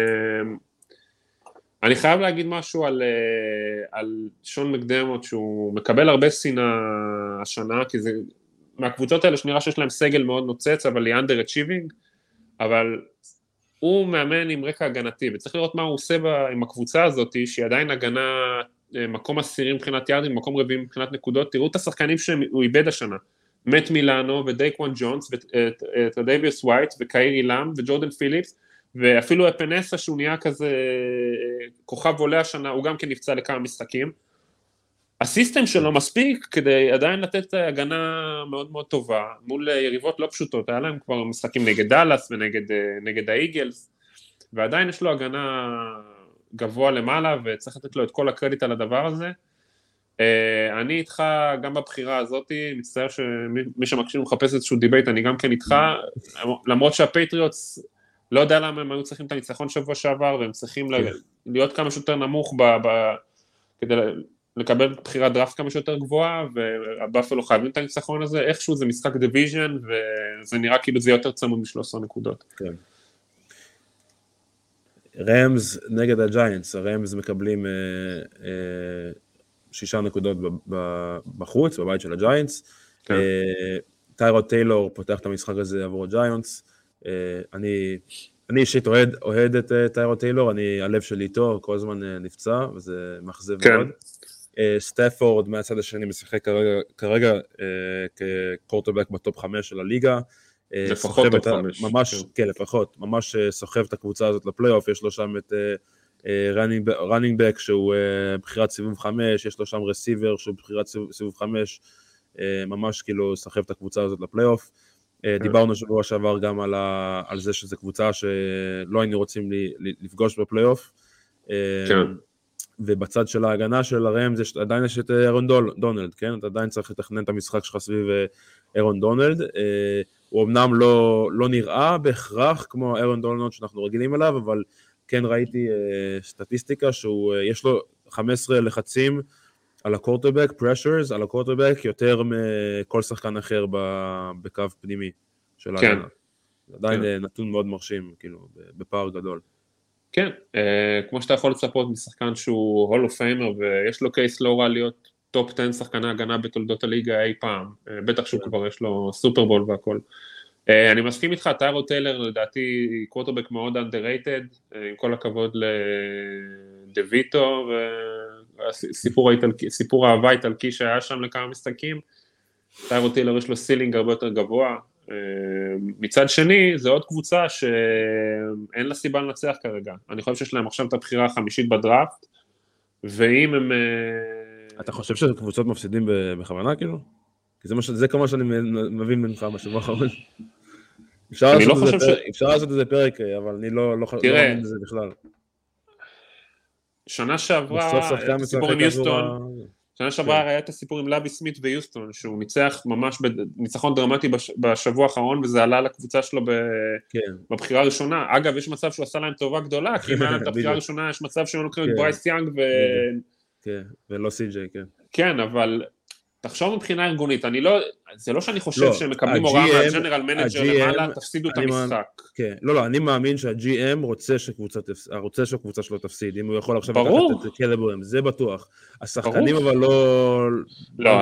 אני חייב להגיד משהו על שון מקדרמוט, שהוא מקבל הרבה שנאה השנה, כי זה, מהקבוצות האלה שנראה שיש להם סגל מאוד נוצץ, אבל היא under achieving, אבל הוא מאמן עם רקע הגנתי, וצריך לראות מה הוא עושה עם הקבוצה הזאת, שהיא עדיין הגנה, מקום עשירי מבחינת ירדים, מקום רביעי מבחינת נקודות, תראו את השחקנים שהוא איבד השנה, מט מילאנו ודייקוואן ג'ונס, וטרדייביוס ווייט, וקיירי לאם, וג'ורדן פיליפס, ואפילו אפנסה שהוא נהיה כזה כוכב עולה השנה, הוא גם כן נפצע לכמה משחקים, הסיסטם שלו מספיק כדי עדיין לתת הגנה מאוד מאוד טובה, מול יריבות לא פשוטות, היה להם כבר משחקים נגד דלס ונגד האיגלס, ועדיין יש לו הגנה גבוה למעלה, וצריך לתת לו את כל הקרדיט על הדבר הזה. אני איתך גם בבחירה הזאת, מצטער שמי שמקשיב מחפש איזשהו דיבייט, אני גם כן איתך, למרות שהפטריוטס, לא יודע למה הם היו צריכים את הניצחון שבוע שעבר, והם צריכים להיות כמה שיותר נמוך כדי לקבל בחירת דראפט כמה שיותר גבוהה, והבאפלו חייבים את הניצחון הזה, איכשהו זה משחק דיוויז'ן, וזה נראה כאילו זה יותר צמוד מ-13 נקודות. כן. רמז נגד הג'יינטס, הרמז מקבלים 6 נקודות בחוץ, בבית של הג'יינטס, טיירוד טיילור פותח את המשחק הזה עבור הג'יינטס, אני אישית אוהד את טיירוד טיילור, הלב שלי איתו, כל הזמן נפצע, וזה מחזב מאוד. סטפורד מהצד השני משחק כרגע כקורטרבק בטופ 5 של הליגה, לפחות טופ 5. ממש, כן, לפחות, ממש סוחב את הקבוצה הזאת לפלייאוף, יש לו שם את running back שהוא בחירת סיבוב 5, יש לו שם רסיבר שהוא בחירת סיבוב 5, ממש כאילו סוחב את הקבוצה הזאת לפלייאוף. דיברנו שבוע שעבר גם על זה שזו קבוצה שלא היינו רוצים לפגוש בפלייאוף, ובצד של ההגנה של הרמז עדיין יש את אירון דונלד, כן? אתה עדיין צריך לתכנן את המשחק שלך סביב אירון דונלד, הוא אמנם לא נראה בהכרח כמו אירון דונלד שאנחנו רגילים אליו, אבל כן ראיתי סטטיסטיקה שיש לו 15 לחצים על הקורטרבק, pressures על הקורטרבק, יותר מכל שחקן אחר בקו פנימי של ההגנה. עדיין נתון מאוד מרשים, כאילו, בפער גדול. כן, כמו שאתה יכול לצפות משחקן שהוא הול אוף פיימר, ויש לו קייס לא רע להיות טופ 10 שחקני הגנה בתולדות הליגה אי פעם, בטח שהוא כבר יש לו סופרבול והכל. אני מסכים איתך, טיירו טיילר לדעתי קווטרבק מאוד underrated, עם כל הכבוד לדוויטו, סיפור האהבה האיטלקי שהיה שם לכמה משחקים, טיירו טיילר יש לו סילינג הרבה יותר גבוה, מצד שני, זו עוד קבוצה שאין לה סיבה לנצח כרגע. אני חושב שיש להם עכשיו את הבחירה החמישית בדראפט, ואם הם... אתה חושב שקבוצות מפסידים בכוונה, כאילו? כי זה כמו שאני מבין ממך בשבוע האחרון. אפשר לעשות את זה פרק, אבל אני לא מאמין בזה בכלל. שנה שעברה, סיפור עם יוסטון, שנה שעברה היה את הסיפור עם לוי סמית ויוסטון, שהוא ניצח ממש בניצחון דרמטי בשבוע האחרון, וזה עלה לקבוצה שלו בבחירה הראשונה. אגב, יש מצב שהוא עשה להם טובה גדולה, כי אם היה להם את הבחירה הראשונה, יש מצב שהם לוקחים את ברייס יאנג ולא סי.ג'יי, כן. כן, אבל תחשוב מבחינה ארגונית, זה לא שאני חושב שהם מקבלים הוראה מהג'נרל מנג'ר למעלה, תפסידו את המשחק. כן, לא, אני מאמין שה-GM רוצה שהקבוצה שלו תפסיד, אם הוא יכול עכשיו לקחת את קלברם, זה בטוח. השחקנים אבל לא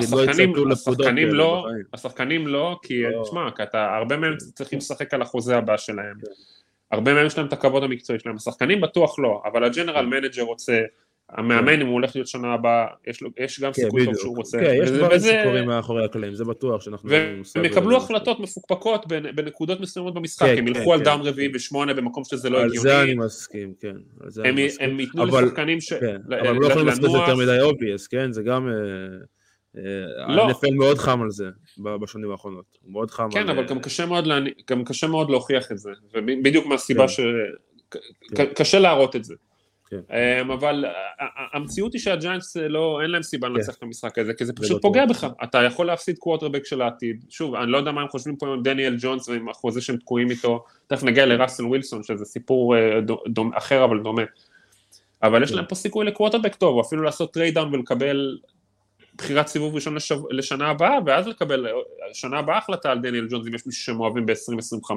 השחקנים לא, כי תשמע, הרבה מהם צריכים לשחק על החוזה הבא שלהם, הרבה מהם יש להם את הכבוד המקצועי שלהם, השחקנים בטוח לא, אבל הג'נרל מנג'ר רוצה, המאמן, אם הוא הולך להיות שנה הבאה, יש גם סיכוי טוב שהוא רוצה. כן, יש דברים שקורים מאחורי הקלעים, זה בטוח שאנחנו... והם יקבלו החלטות מפוקפקות בנקודות מסוימות במשחק, הם ילכו על דאון רביעי ב8 במקום שזה לא הגיוני. על זה אני מסכים, כן. הם ייתנו לשחקנים ש... אבל לא יכולים לעשות את זה יותר מדי obvious, כן? זה גם... הנפל מאוד חם על זה בשנים האחרונות. מאוד חם. כן, אבל גם קשה מאוד להוכיח את זה, ובדיוק מהסיבה שקשה להראות את זה. אבל המציאות היא שהג'יינטס אין להם סיבה לנצח את המשחק הזה, כי זה פשוט פוגע בך, אתה יכול להפסיד קווטרבק של העתיד, שוב, אני לא יודע מה הם חושבים פה עם דניאל ג'ונס ועם החוזה שהם תקועים איתו, תכף נגיע לראסל ווילסון, שזה סיפור אחר אבל דומה, אבל יש להם פה סיכוי לקווטרבק טוב, או אפילו לעשות טריידאון ולקבל בחירת סיבוב ראשון לשנה הבאה, ואז לקבל שנה הבאה החלטה על דניאל ג'ונס, אם יש מישהו שהם אוהבים ב-2025.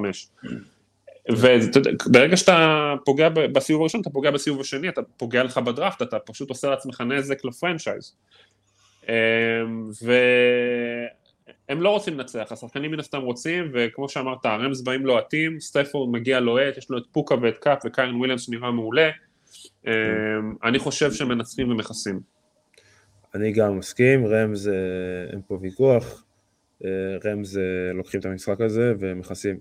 וברגע שאתה פוגע בסיבוב הראשון, אתה פוגע בסיבוב השני, אתה פוגע לך בדראפט, אתה פשוט עושה לעצמך נזק לפרנצ'ייז. והם לא רוצים לנצח, השחקנים מן הסתם רוצים, וכמו שאמרת, הרמס באים לוהטים, סטפורד מגיע לוהט, יש לו את פוקה ואת קאפ וקיין וויליאמס שנראה מעולה, אני חושב שהם מנצחים ומכסים. אני גם מסכים, רמס אין פה ויכוח, רמס לוקחים את המשחק הזה ומכסים.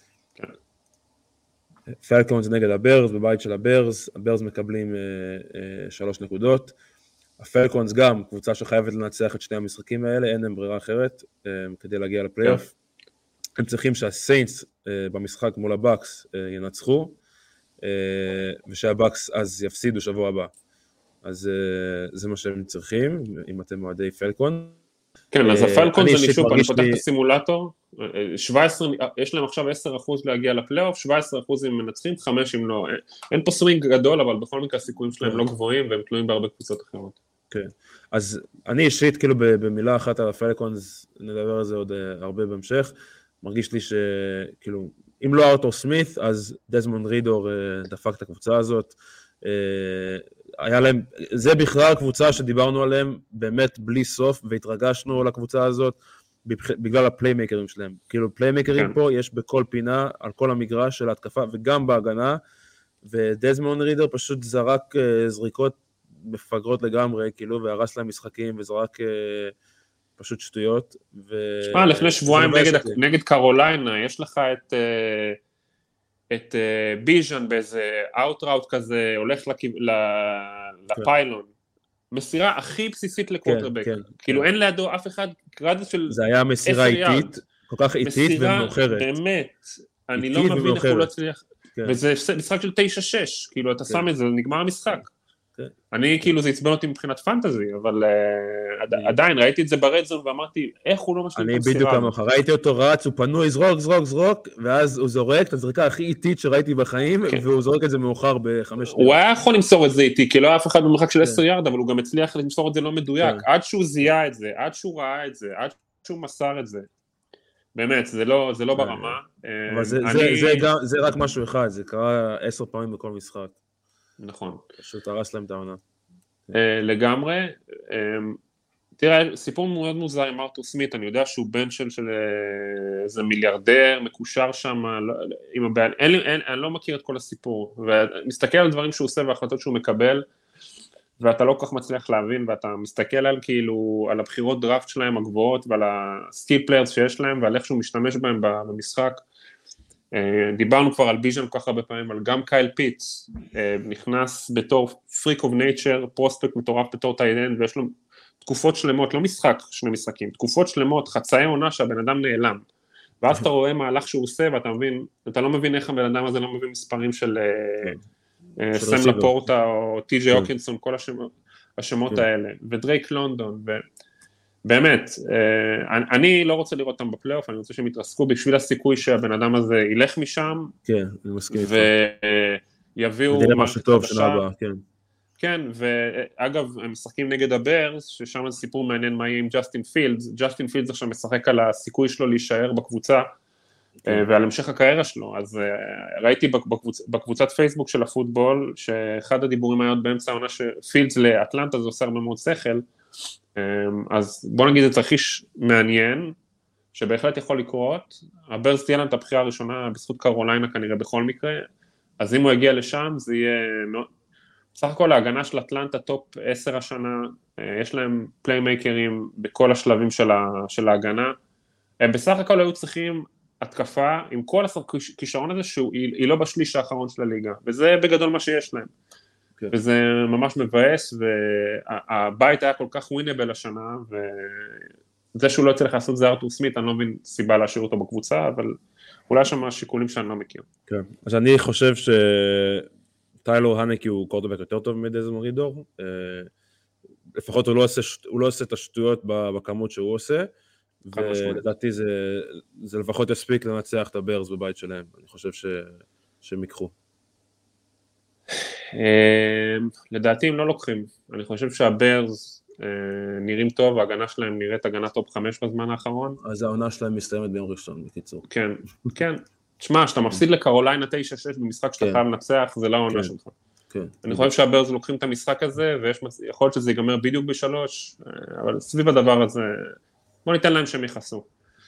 פלקונס נגד הברז, בבית של הברז מקבלים 3 נקודות, הפלקונס גם קבוצה שחייבת לנצח את שני המשחקים האלה, אין להם ברירה אחרת כדי להגיע לפלייאוף, הם צריכים שהסיינטס במשחק מול הבאקס ינצחו, ושהבאקס אז יפסידו שבוע הבא, אז זה מה שהם צריכים, אם אתם מועדי פלקון. כן, אז הפלקון זה שוב, אני פותח את הסימולטור, 17, יש להם עכשיו 10% להגיע לפלייאוף, 17% אם מנצחים, 5 אם לא, אין פה סווינג גדול, אבל בכל מקרה הסיכויים שלהם לא גבוהים, והם תלויים בהרבה קבוצות אחרות. כן, אז אני אישית, כאילו במילה אחת על הפלקונס, נדבר על זה עוד הרבה בהמשך, מרגיש לי שכאילו, אם לא ארתור סמית, אז דזמונד רידור דפק את הקבוצה הזאת, היה להם, זה בכלל הקבוצה שדיברנו עליהם באמת בלי סוף, והתרגשנו על הקבוצה הזאת בגלל הפליימקרים שלהם. כאילו פליימקרים פה יש בכל פינה, על כל המגרש של ההתקפה וגם בהגנה, ודזמונד רידר פשוט זרק זריקות מפגרות לגמרי, כאילו, והרס להם משחקים וזרק פשוט שטויות. שמע, לפני שבועיים נגד קרוליינה, יש לך את ביז'ן באיזה אאוטראוט כזה, הולך לפיילון. מסירה הכי בסיסית לקווטרבק. כאילו אין לידו אף אחד, קרדיט של 10 יארד. זה היה מסירה איטית, כל כך איטית ומאוחרת. באמת, אני לא מבין איך הוא לא הצליח. וזה משחק של 9-6, כאילו אתה שם את זה, נגמר המשחק. אני כאילו זה עצבן אותי מבחינת פנטזי, אבל עדיין ראיתי את זה ברדזון ואמרתי, איך הוא לא משלים את המסירה? אני בדיוק כמוך, ראיתי אותו רץ, הוא פנוי, זרוק, ואז הוא זורק את הזריקה הכי איטית שראיתי בחיים, והוא זורק את זה מאוחר ב5 שניות. הוא היה יכול למסור את זה איטי, כי לא היה אף אחד במרחק של 10 יארד, אבל הוא גם הצליח למסור את זה לא מדויק, עד שהוא זיהה את זה, עד שהוא ראה את זה, עד שהוא מסר את זה. באמת, זה לא ברמה. אבל זה רק משהו אחד, זה קרה 10 פעמים בכל משחק. נכון. פשוט הרס להם את העונה. לגמרי. תראה, סיפור מאוד מוזר עם ארתור סמית, אני יודע שהוא בן של איזה מיליארדר, מקושר שם, אני לא מכיר את כל הסיפור, ומסתכל על דברים שהוא עושה וההחלטות שהוא מקבל, ואתה לא כל כך מצליח להבין, ואתה מסתכל על כאילו, על הבחירות דראפט שלהם הגבוהות, ועל הסקיל פליירס שיש להם, ועל איך שהוא משתמש בהם במשחק. דיברנו כבר על ביז'ן כל כך הרבה פעמים, אבל גם קייל פיטס נכנס בתור פריק אוף נייצ'ר, פרוספקט מטורף בתור טיידן, ויש לו תקופות שלמות, לא משחק, 2 משחקים, תקופות שלמות, חצאי עונה שהבן אדם נעלם, ואז אתה רואה מהלך שהוא עושה, ואתה מבין, אתה לא מבין איך הבן אדם הזה לא מבין מספרים של סם לפורטה, או טי.ג'יי הוקינסון, כל השמות האלה, ודרייק לונדון, באמת, אני לא רוצה לראות אותם בפלייאוף, אני רוצה שהם יתרסקו בשביל הסיכוי שהבן אדם הזה ילך משם, כן, אני מסכים איתך. ויביאו משהו טוב שנה הבאה, כן. כן, ואגב, הם משחקים נגד הברס, ששם זה סיפור מעניין מה יהיה עם ג'סטין פילדס, ג'סטין פילדס עכשיו משחק על הסיכוי שלו להישאר בקבוצה, ועל המשך הקריירה שלו, אז ראיתי בקבוצת פייסבוק של הפוטבול, שאחד הדיבורים היה עוד באמצע העונה שפילדס לאטלנטה, זה עושה הרבה מאוד שכל, אז בוא נגיד זה תרחיש מעניין, שבהחלט יכול לקרות, הברס תהיה להם את הבחירה הראשונה בזכות קרוליינה כנראה בכל מקרה, אז אם הוא יגיע לשם זה יהיה, בסך הכל ההגנה של אטלנטה טופ 10 השנה, יש להם פליימייקרים בכל השלבים של ההגנה, הם בסך הכל היו צריכים התקפה עם כל הכישרון הזה שהיא לא בשליש האחרון של הליגה, וזה בגדול מה שיש להם. וזה ממש מבאס, והבית היה כל כך ווינבל השנה, וזה שהוא לא יצליח לעשות זה ארתור סמית, אני לא מבין סיבה להשאיר אותו בקבוצה, אבל אולי שם השיקולים שאני לא מכיר. כן, אז אני חושב שטיילור הנקי הוא קורטרבק יותר טוב מדזמונד רידור, לפחות הוא לא עושה את השטויות בכמות שהוא עושה, ולדעתי זה לפחות יספיק לנצח את הברס בבית שלהם, אני חושב שהם ייקחו. לדעתי הם לא לוקחים, אני חושב שהברס נראים טוב, ההגנה שלהם נראית הגנה טופ 5 בזמן האחרון. אז העונה שלהם מסתיימת ביום ראשון, בקיצור. כן, כן. תשמע, שאתה מפסיד לקרוליינה 9-6 במשחק שאתה חייב לנצח, זה לא העונה שלך. אני חושב שהברס לוקחים את המשחק הזה, ויכול להיות שזה ייגמר בדיוק ב3, אבל סביב הדבר הזה, בוא ניתן להם שהם יחסו.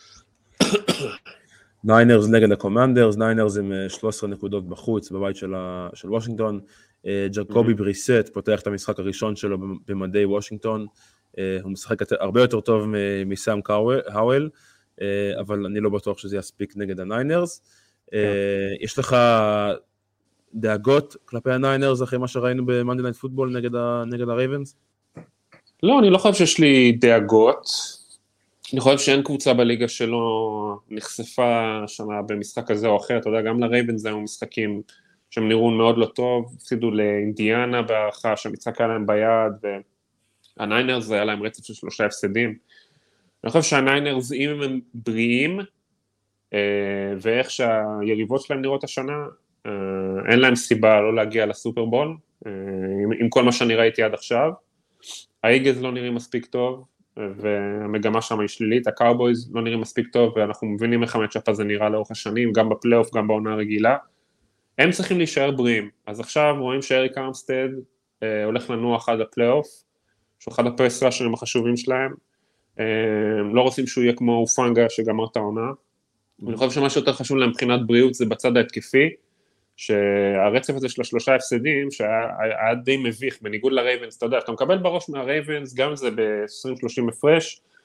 ניינרס נגד הקומנדרס, ניינרס עם 13 נקודות בחוץ בבית של וושינגטון, ג'קובי בריסט פותח את המשחק הראשון שלו במדי וושינגטון, הוא משחק הרבה יותר טוב מסאם האוול, אבל אני לא בטוח שזה יספיק נגד הניינרס. יש לך דאגות כלפי הניינרס אחרי מה שראינו במאנדי נייט פוטבול נגד הרייבנס? לא, אני לא חושב שיש לי דאגות, אני חושב שאין קבוצה בליגה שלא נחשפה שנה במשחק הזה או אחר, אתה יודע, גם לרייבנס היו משחקים שהם נראו מאוד לא טוב, הפסידו לאינדיאנה בהערכה, שהמשחק היה להם ביד, והניינרס היה להם רצף של 3 הפסדים. אני חושב שהניינרס, אם הם בריאים, ואיך שהיריבות שלהם נראות השנה, אין להם סיבה לא להגיע לסופרבול, עם כל מה שאני ראיתי עד עכשיו. האיגלס לא נראים מספיק טוב, והמגמה שם היא שלילית, הקאובויז לא נראים מספיק טוב, ואנחנו מבינים איך המצ'אפ הזה נראה לאורך השנים, גם בפלייאוף, גם בעונה הרגילה, הם צריכים להישאר בריאים, אז עכשיו רואים שאריק ארמסטד הולך לנוח עד הפלייאוף, שהוא אחד הפרס ראשרים החשובים שלהם, לא רוצים שהוא יהיה כמו אופנגה שגמר את העונה, אני חושב שמה שיותר חשוב להם מבחינת בריאות זה בצד ההתקפי, שהרצף הזה של 3 הפסדים, שהיה די מביך, בניגוד לרייבנס, אתה יודע, אתה מקבל בראש מהרייבנס, גם זה ב-20-30 הפרש,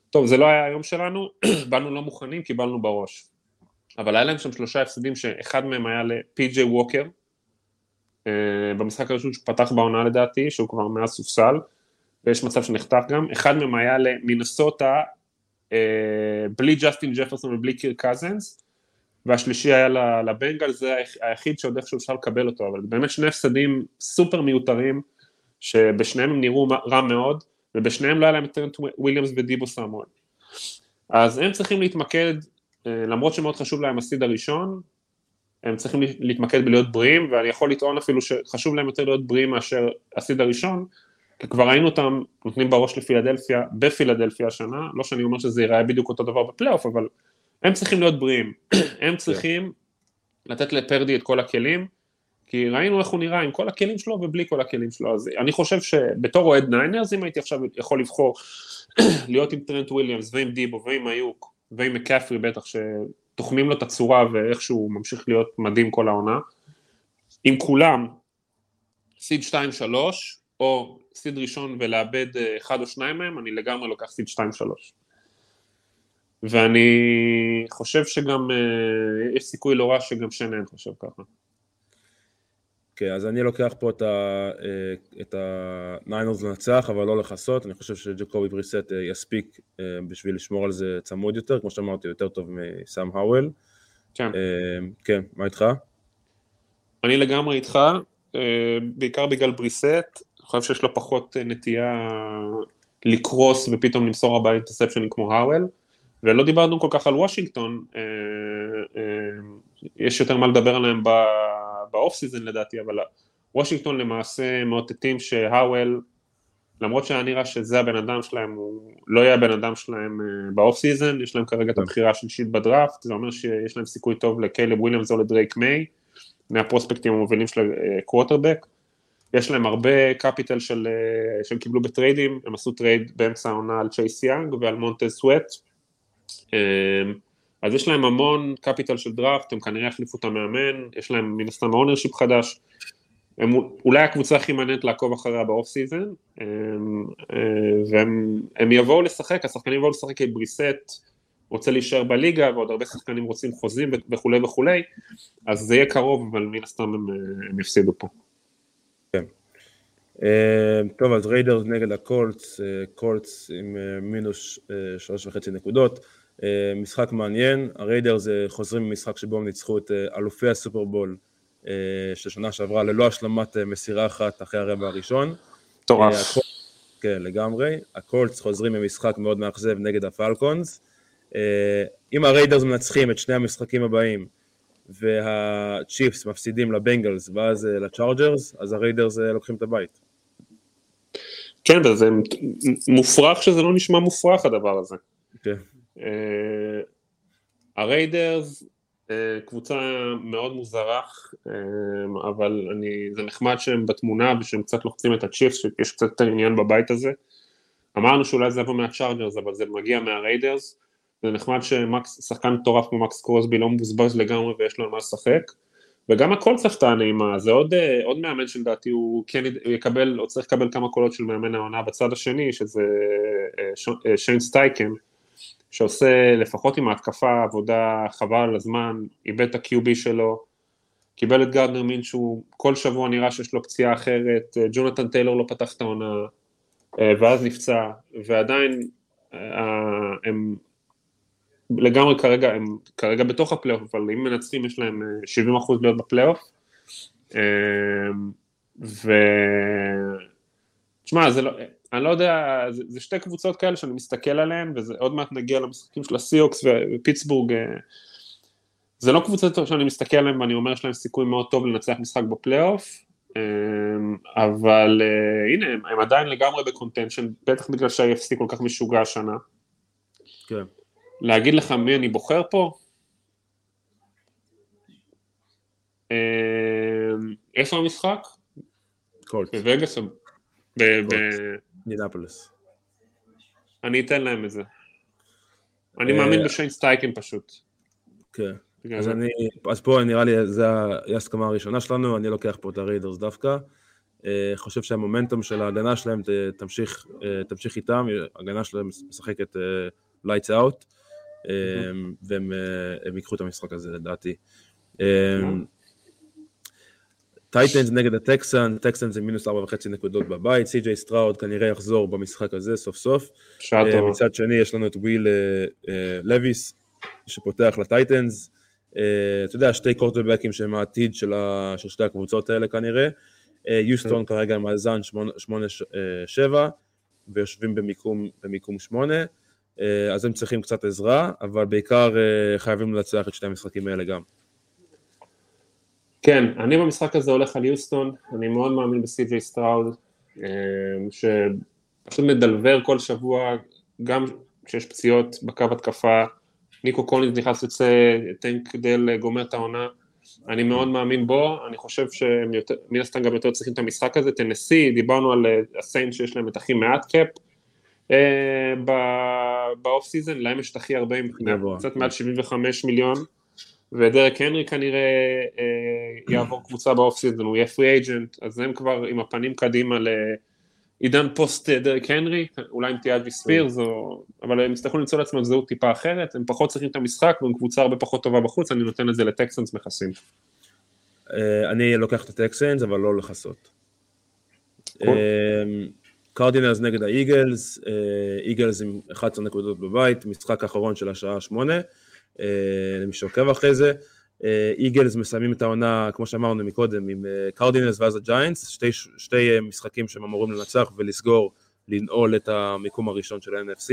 טוב, זה לא היה היום שלנו, באנו לא מוכנים, קיבלנו בראש. אבל היה להם שם 3 הפסדים, שאחד מהם היה לפי.ג'יי ווקר, במשחק הראשון שפתח בעונה לדעתי, שהוא כבר מאז סופסל, ויש מצב שנחתך גם, אחד מהם היה למינסוטה, בלי ג'סטין ג'פרסון ובלי קיר קזנס, והשלישי היה לבנגל, זה היחיד שעוד איכשהו אפשר לקבל אותו, אבל באמת 2 הפסדים סופר מיותרים, שבשניהם הם נראו רע מאוד, ובשניהם לא היה להם את טרנט וויליאמס ודיבו סמואל. אז הם צריכים להתמקד, למרות שמאוד חשוב להם הסיד הראשון, הם צריכים להתמקד בלהיות בריאים, ואני יכול לטעון אפילו שחשוב להם יותר להיות בריאים מאשר הסיד הראשון, כי כבר ראינו אותם נותנים בראש לפילדלפיה, בפילדלפיה השנה, לא שאני אומר שזה ייראה בדיוק אותו דבר בפלייאוף, אבל הם צריכים להיות בריאים, הם צריכים לתת לפרדי את כל הכלים, כי ראינו איך הוא נראה עם כל הכלים שלו ובלי כל הכלים שלו, אז אני חושב שבתור אוהד ניינרס, אם הייתי עכשיו יכול לבחור להיות עם טרנט וויליאמס ועם דיבו ועם איוק ועם מקאפרי בטח שתוכנים לו את הצורה ואיכשהו ממשיך להיות מדהים כל העונה, עם כולם סיד 2-3 או סיד ראשון ולאבד 1 או 2 מהם, אני לגמרי לוקח סיד 2-3. ואני חושב שגם יש סיכוי לא רע שגם שנן חושב ככה. כן, אז אני לוקח פה את הניינרס לנצח, אבל לא לחסות. אני חושב שג'קובי בריסט יספיק בשביל לשמור על זה צמוד יותר, כמו שאמרתי, יותר טוב מסם האוול. כן. כן, מה איתך? אני לגמרי איתך, בעיקר בגלל בריסט, אני חושב שיש לו פחות נטייה לקרוס ופתאום למסור 4 אינטרספשנים כמו האוול, ולא דיברנו כל כך על וושינגטון, יש יותר מה לדבר עליהם באוף סיזן לדעתי, אבל וושינגטון למעשה מאותתים שהאוול, למרות שהיה נראה שזה הבן אדם שלהם, הוא לא יהיה הבן אדם שלהם באוף סיזן, יש להם כרגע את הבחירה השלישית בדראפט, זה אומר שיש להם סיכוי טוב לקיילב וויליאמס או לדרייק מיי, מהפרוספקטים המובילים של הקווטרבק, יש להם הרבה קפיטל שהם קיבלו בטריידים, הם עשו טרייד באמצע העונה על צ'ייס יאנג ועל מונטז סווט, אז יש להם המון קפיטל של דראפט, הם כנראה החליפו את המאמן, יש להם מן הסתם אונרשיפ חדש, הם אולי הקבוצה הכי מעניינת לעקוב אחריה באוף סיזן, והם יבואו לשחק, השחקנים יבואו לשחק כי בריסט רוצה להישאר בליגה, ועוד הרבה שחקנים רוצים חוזים וכו' וכו', אז זה יהיה קרוב, אבל מן הסתם הם יפסידו פה. כן. טוב, אז ריידרס נגד הקולטס, קולטס עם מינוס 3.5 נקודות, משחק מעניין, הריידרס חוזרים ממשחק שבו הם ניצחו את אלופי הסופרבול של שנה שעברה ללא השלמת מסירה אחת אחרי הרבע הראשון. טורף. כן, לגמרי. הקולטס חוזרים ממשחק מאוד מאכזב נגד הפלקונס. אם הריידרס מנצחים את שני המשחקים הבאים והצ'יפס מפסידים לבנגלס ואז לצ'ארג'רס, אז הריידרס לוקחים את הבית. כן, וזה מופרך שזה לא נשמע מופרך הדבר הזה. כן. הריידרס קבוצה מאוד מוזרה, אבל זה נחמד שהם בתמונה ושהם קצת לוחצים את הצ'יפס, שיש קצת יותר עניין בבית הזה. אמרנו שאולי זה יבוא מהצ'ארג'רס, אבל זה מגיע מהריידרס. זה נחמד ששחקן מטורף כמו מקס קרוסבי לא מבוזבז לגמרי ויש לו על מה לשחק. וגם הכל צפתה נעימה, זה עוד מאמן שלדעתי הוא כן יקבל, או צריך לקבל כמה קולות של מאמן העונה בצד השני, שזה שיין סטייקן, שעושה לפחות עם ההתקפה עבודה חבל על הזמן, איבד את ה-QB שלו, קיבל את גארדנר מינשו, כל שבוע נראה שיש לו פציעה אחרת, ג'ונתן טיילור לא פתח את העונה, ואז נפצע, ועדיין הם לגמרי כרגע בתוך הפלייאוף, אבל אם מנצחים יש להם 70% להיות בפלייאוף, תשמע, אני לא יודע, זה שתי קבוצות כאלה שאני מסתכל עליהן, וזה עוד מעט נגיע למשחקים של הסיוקס ופיטסבורג, זה לא קבוצות שאני מסתכל עליהן, ואני אומר שלהם סיכוי מאוד טוב לנצח משחק בפלייאוף, אבל הנה, הם עדיין לגמרי בקונטנשן, בטח בגלל שה-AFC כל כך משוגע השנה. כן. להגיד לך מי אני בוחר פה? איפה המשחק? קולטס. בווגאס? אינדיאנפוליס. אני אתן להם את זה. אני מאמין בשיין סטייקן פשוט. כן. אז פה נראה לי, זה ההסכמה הראשונה שלנו, אני לוקח פה את הריידרס דווקא. חושב שהמומנטום של ההגנה שלהם תמשיך איתם, ההגנה שלהם משחקת lights out, והם ייקחו את המשחק הזה לדעתי. טייטנס נגד הטקסן, טקסן זה מינוס 4.5 נקודות בבית, סי.ג'יי סטראוד כנראה יחזור במשחק הזה סוף סוף. מצד שני יש לנו את וויל לויס שפותח לטייטנס, אתה יודע, שתי קורטרבקים שהם העתיד של שתי הקבוצות האלה כנראה, יוסטון כרגע עם מאזן 8-7 ויושבים במיקום 8, אז הם צריכים קצת עזרה, אבל בעיקר חייבים לנצח את שתי המשחקים האלה גם. כן, אני במשחק הזה הולך על יוסטון, אני מאוד מאמין בסי.ג'יי סטראוד, שפשוט מדלבר כל שבוע, גם כשיש פציעות בקו התקפה, ניקו קולינס נכנס לצא טנק דל גומר את העונה, אני מאוד מאמין בו, אני חושב שמן הסתם גם יותר צריכים את המשחק הזה, טנסי, דיברנו על הסיינט שיש להם את הכי מעט קאפ, באוף סיזן, להם יש את הכי הרבה, קצת מעל 75 מיליון, ודרק הנרי כנראה יעבור קבוצה באוף סיזן, הוא יהיה פרי אייג'נט, אז הם כבר עם הפנים קדימה לעידן פוסט דרק הנרי, אולי עם תיאג'י ספירס, אבל הם יצטרכו למצוא לעצמם זהות טיפה אחרת, הם פחות צריכים את המשחק, והם קבוצה הרבה פחות טובה בחוץ, אני נותן את זה לטקסנס מכסים. אני לוקח את הטקסנס, אבל לא לחסות. קרדינלס נגד האיגלס, איגלס עם 11 נקודות בבית, משחק האחרון של השעה 8, למי שעוקב אחרי זה, איגלס מסיימים את העונה, כמו שאמרנו מקודם, עם קרדינלס ואז הג'יינטס, שתי משחקים שהם אמורים לנצח ולסגור, לנעול את המיקום הראשון של ה-NFC,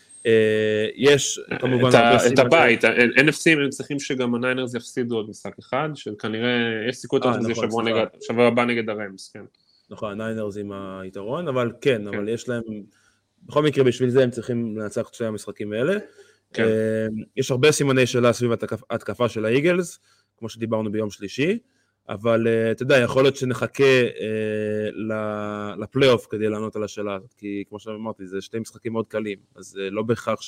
יש כמובן את הבית, NFC הם צריכים שגם הניינרס יפסידו עוד משחק אחד, שכנראה יש סיכוי טוב שזה שבוע הבא נגד הרמס, כן. נכון, הניינרס עם היתרון, אבל כן, אבל יש להם, בכל מקרה בשביל זה הם צריכים לנצח את שני המשחקים האלה, יש הרבה סימני שאלה סביב התקפה של האיגלס, כמו שדיברנו ביום שלישי, אבל אתה יודע, יכול להיות שנחכה לפלייאוף כדי לענות על השאלה הזאת, כי כמו שאמרתי, זה שתי משחקים מאוד קלים, אז לא בהכרח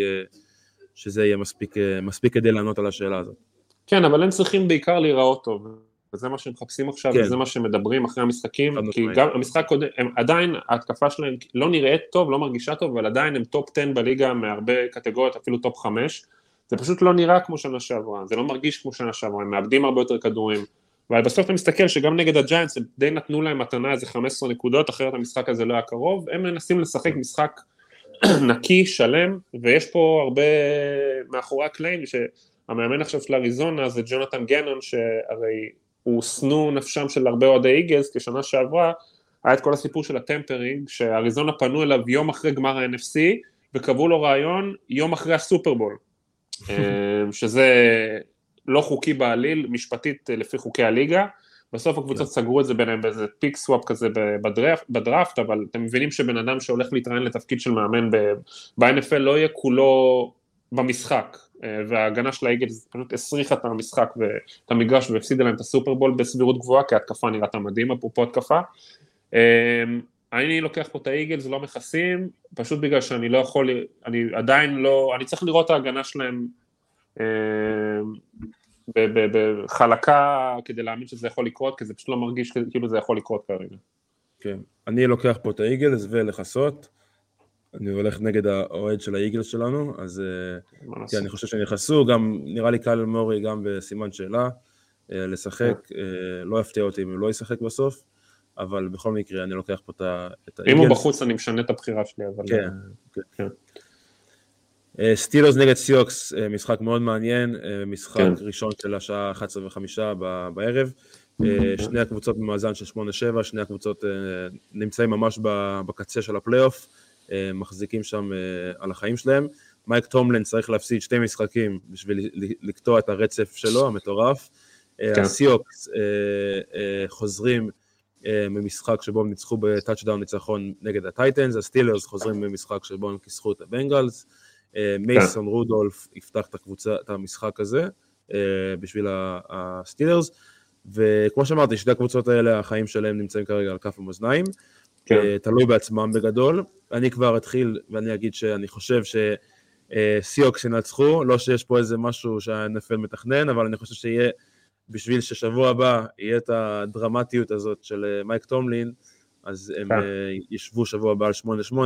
שזה יהיה מספיק כדי לענות על השאלה הזאת. כן, אבל הם צריכים בעיקר להיראות טוב, וזה מה שהם מחפשים עכשיו, כן. וזה מה שהם מדברים אחרי המשחקים, כי גם המשחק קודם, עדיין ההתקפה שלהם לא נראית טוב, לא מרגישה טוב, אבל עדיין הם טופ 10 בליגה מהרבה קטגוריות, אפילו טופ 5, זה פשוט לא נראה כמו שנה שעברה, זה לא מרגיש כמו שנה שעברה, הם מאבדים הרבה יותר כדורים, אבל בסוף אתה מסתכל שגם נגד הג'יינטס, הם די נתנו להם מתנה איזה 15 נקודות, אחרת המשחק הזה לא היה קרוב, הם מנסים לשחק משחק נקי, שלם, ויש פה הרבה מאחורי הקלעים, שהמאמן עכשיו של אריזונה זה ג'ונתן גנון, שהרי הוא סנו נפשם של הרבה אוהדי איגלס, כי שנה שעברה היה את כל הסיפור של הטמפרינג, שאריזונה פנו אליו יום אחרי גמר ה-NFC, וקבעו לו רעיון יום אחרי הסופרבול, שזה לא חוקי בעליל, משפטית לפי חוקי הליגה, בסוף הקבוצות סגרו את זה ביניהם באיזה פיק סוואפ כזה בדראפט, אבל אתם מבינים שבן אדם שהולך להתראיין לתפקיד של מאמן ב-NFL לא יהיה כולו במשחק, וההגנה של האיגלס פשוט הסריחה את המשחק ואת המגרש והפסידה להם את הסופרבול בסבירות גבוהה, כי ההתקפה נראתה מדהים, אפרופו התקפה. אני לוקח פה את האיגלס, לא מכסים, פשוט בגלל שאני לא יכול, אני עדיין לא, אני צריך לראות את ההגנה שלהם בחלקה כדי להאמין שזה יכול לקרות, כי זה פשוט לא מרגיש כאילו זה יכול לקרות כרגע. כן, אני לוקח פה את האיגלס ולחסות, אני הולך נגד האוהד של האיגלס שלנו, אז כי אני חושב שהם יחסו, גם נראה לי קייל מורי גם בסימן שאלה, לשחק, לא יפתיע אותי אם הוא לא ישחק בסוף, אבל בכל מקרה אני לוקח פה את האיגלס. אם הוא בחוץ אני משנה את הבחירה שלי, אבל... כן. סטילרס נגד סיוקס, משחק מאוד מעניין, משחק ראשון של השעה 11:05 בערב, שני הקבוצות במאזן של 8-7, שני הקבוצות נמצאים ממש בקצה של הפלייאוף, מחזיקים שם על החיים שלהם. מייק טומלין צריך להפסיד שתי משחקים בשביל לקטוע את הרצף שלו, המטורף. הסיוקס חוזרים ממשחק שבו הם ניצחו בטאצ'דאון ניצחון נגד הטייטנס, הסטילרס חוזרים ממשחק שבו הם כיסחו את הבנגלס, מייסון רודולף יפתח את המשחק הזה בשביל הסטילרס, וכמו שאמרתי, שתי הקבוצות האלה, החיים שלהם נמצאים כרגע על כף המאזניים, תלוי בעצמם בגדול. אני כבר אתחיל ואני אגיד שאני חושב שסיוקס ינצחו, לא שיש פה איזה משהו שהNFL מתכנן, אבל אני חושב שיהיה בשביל ששבוע הבא יהיה את הדרמטיות הזאת של מייק טומלין, אז הם ישבו שבוע הבא על 8-8,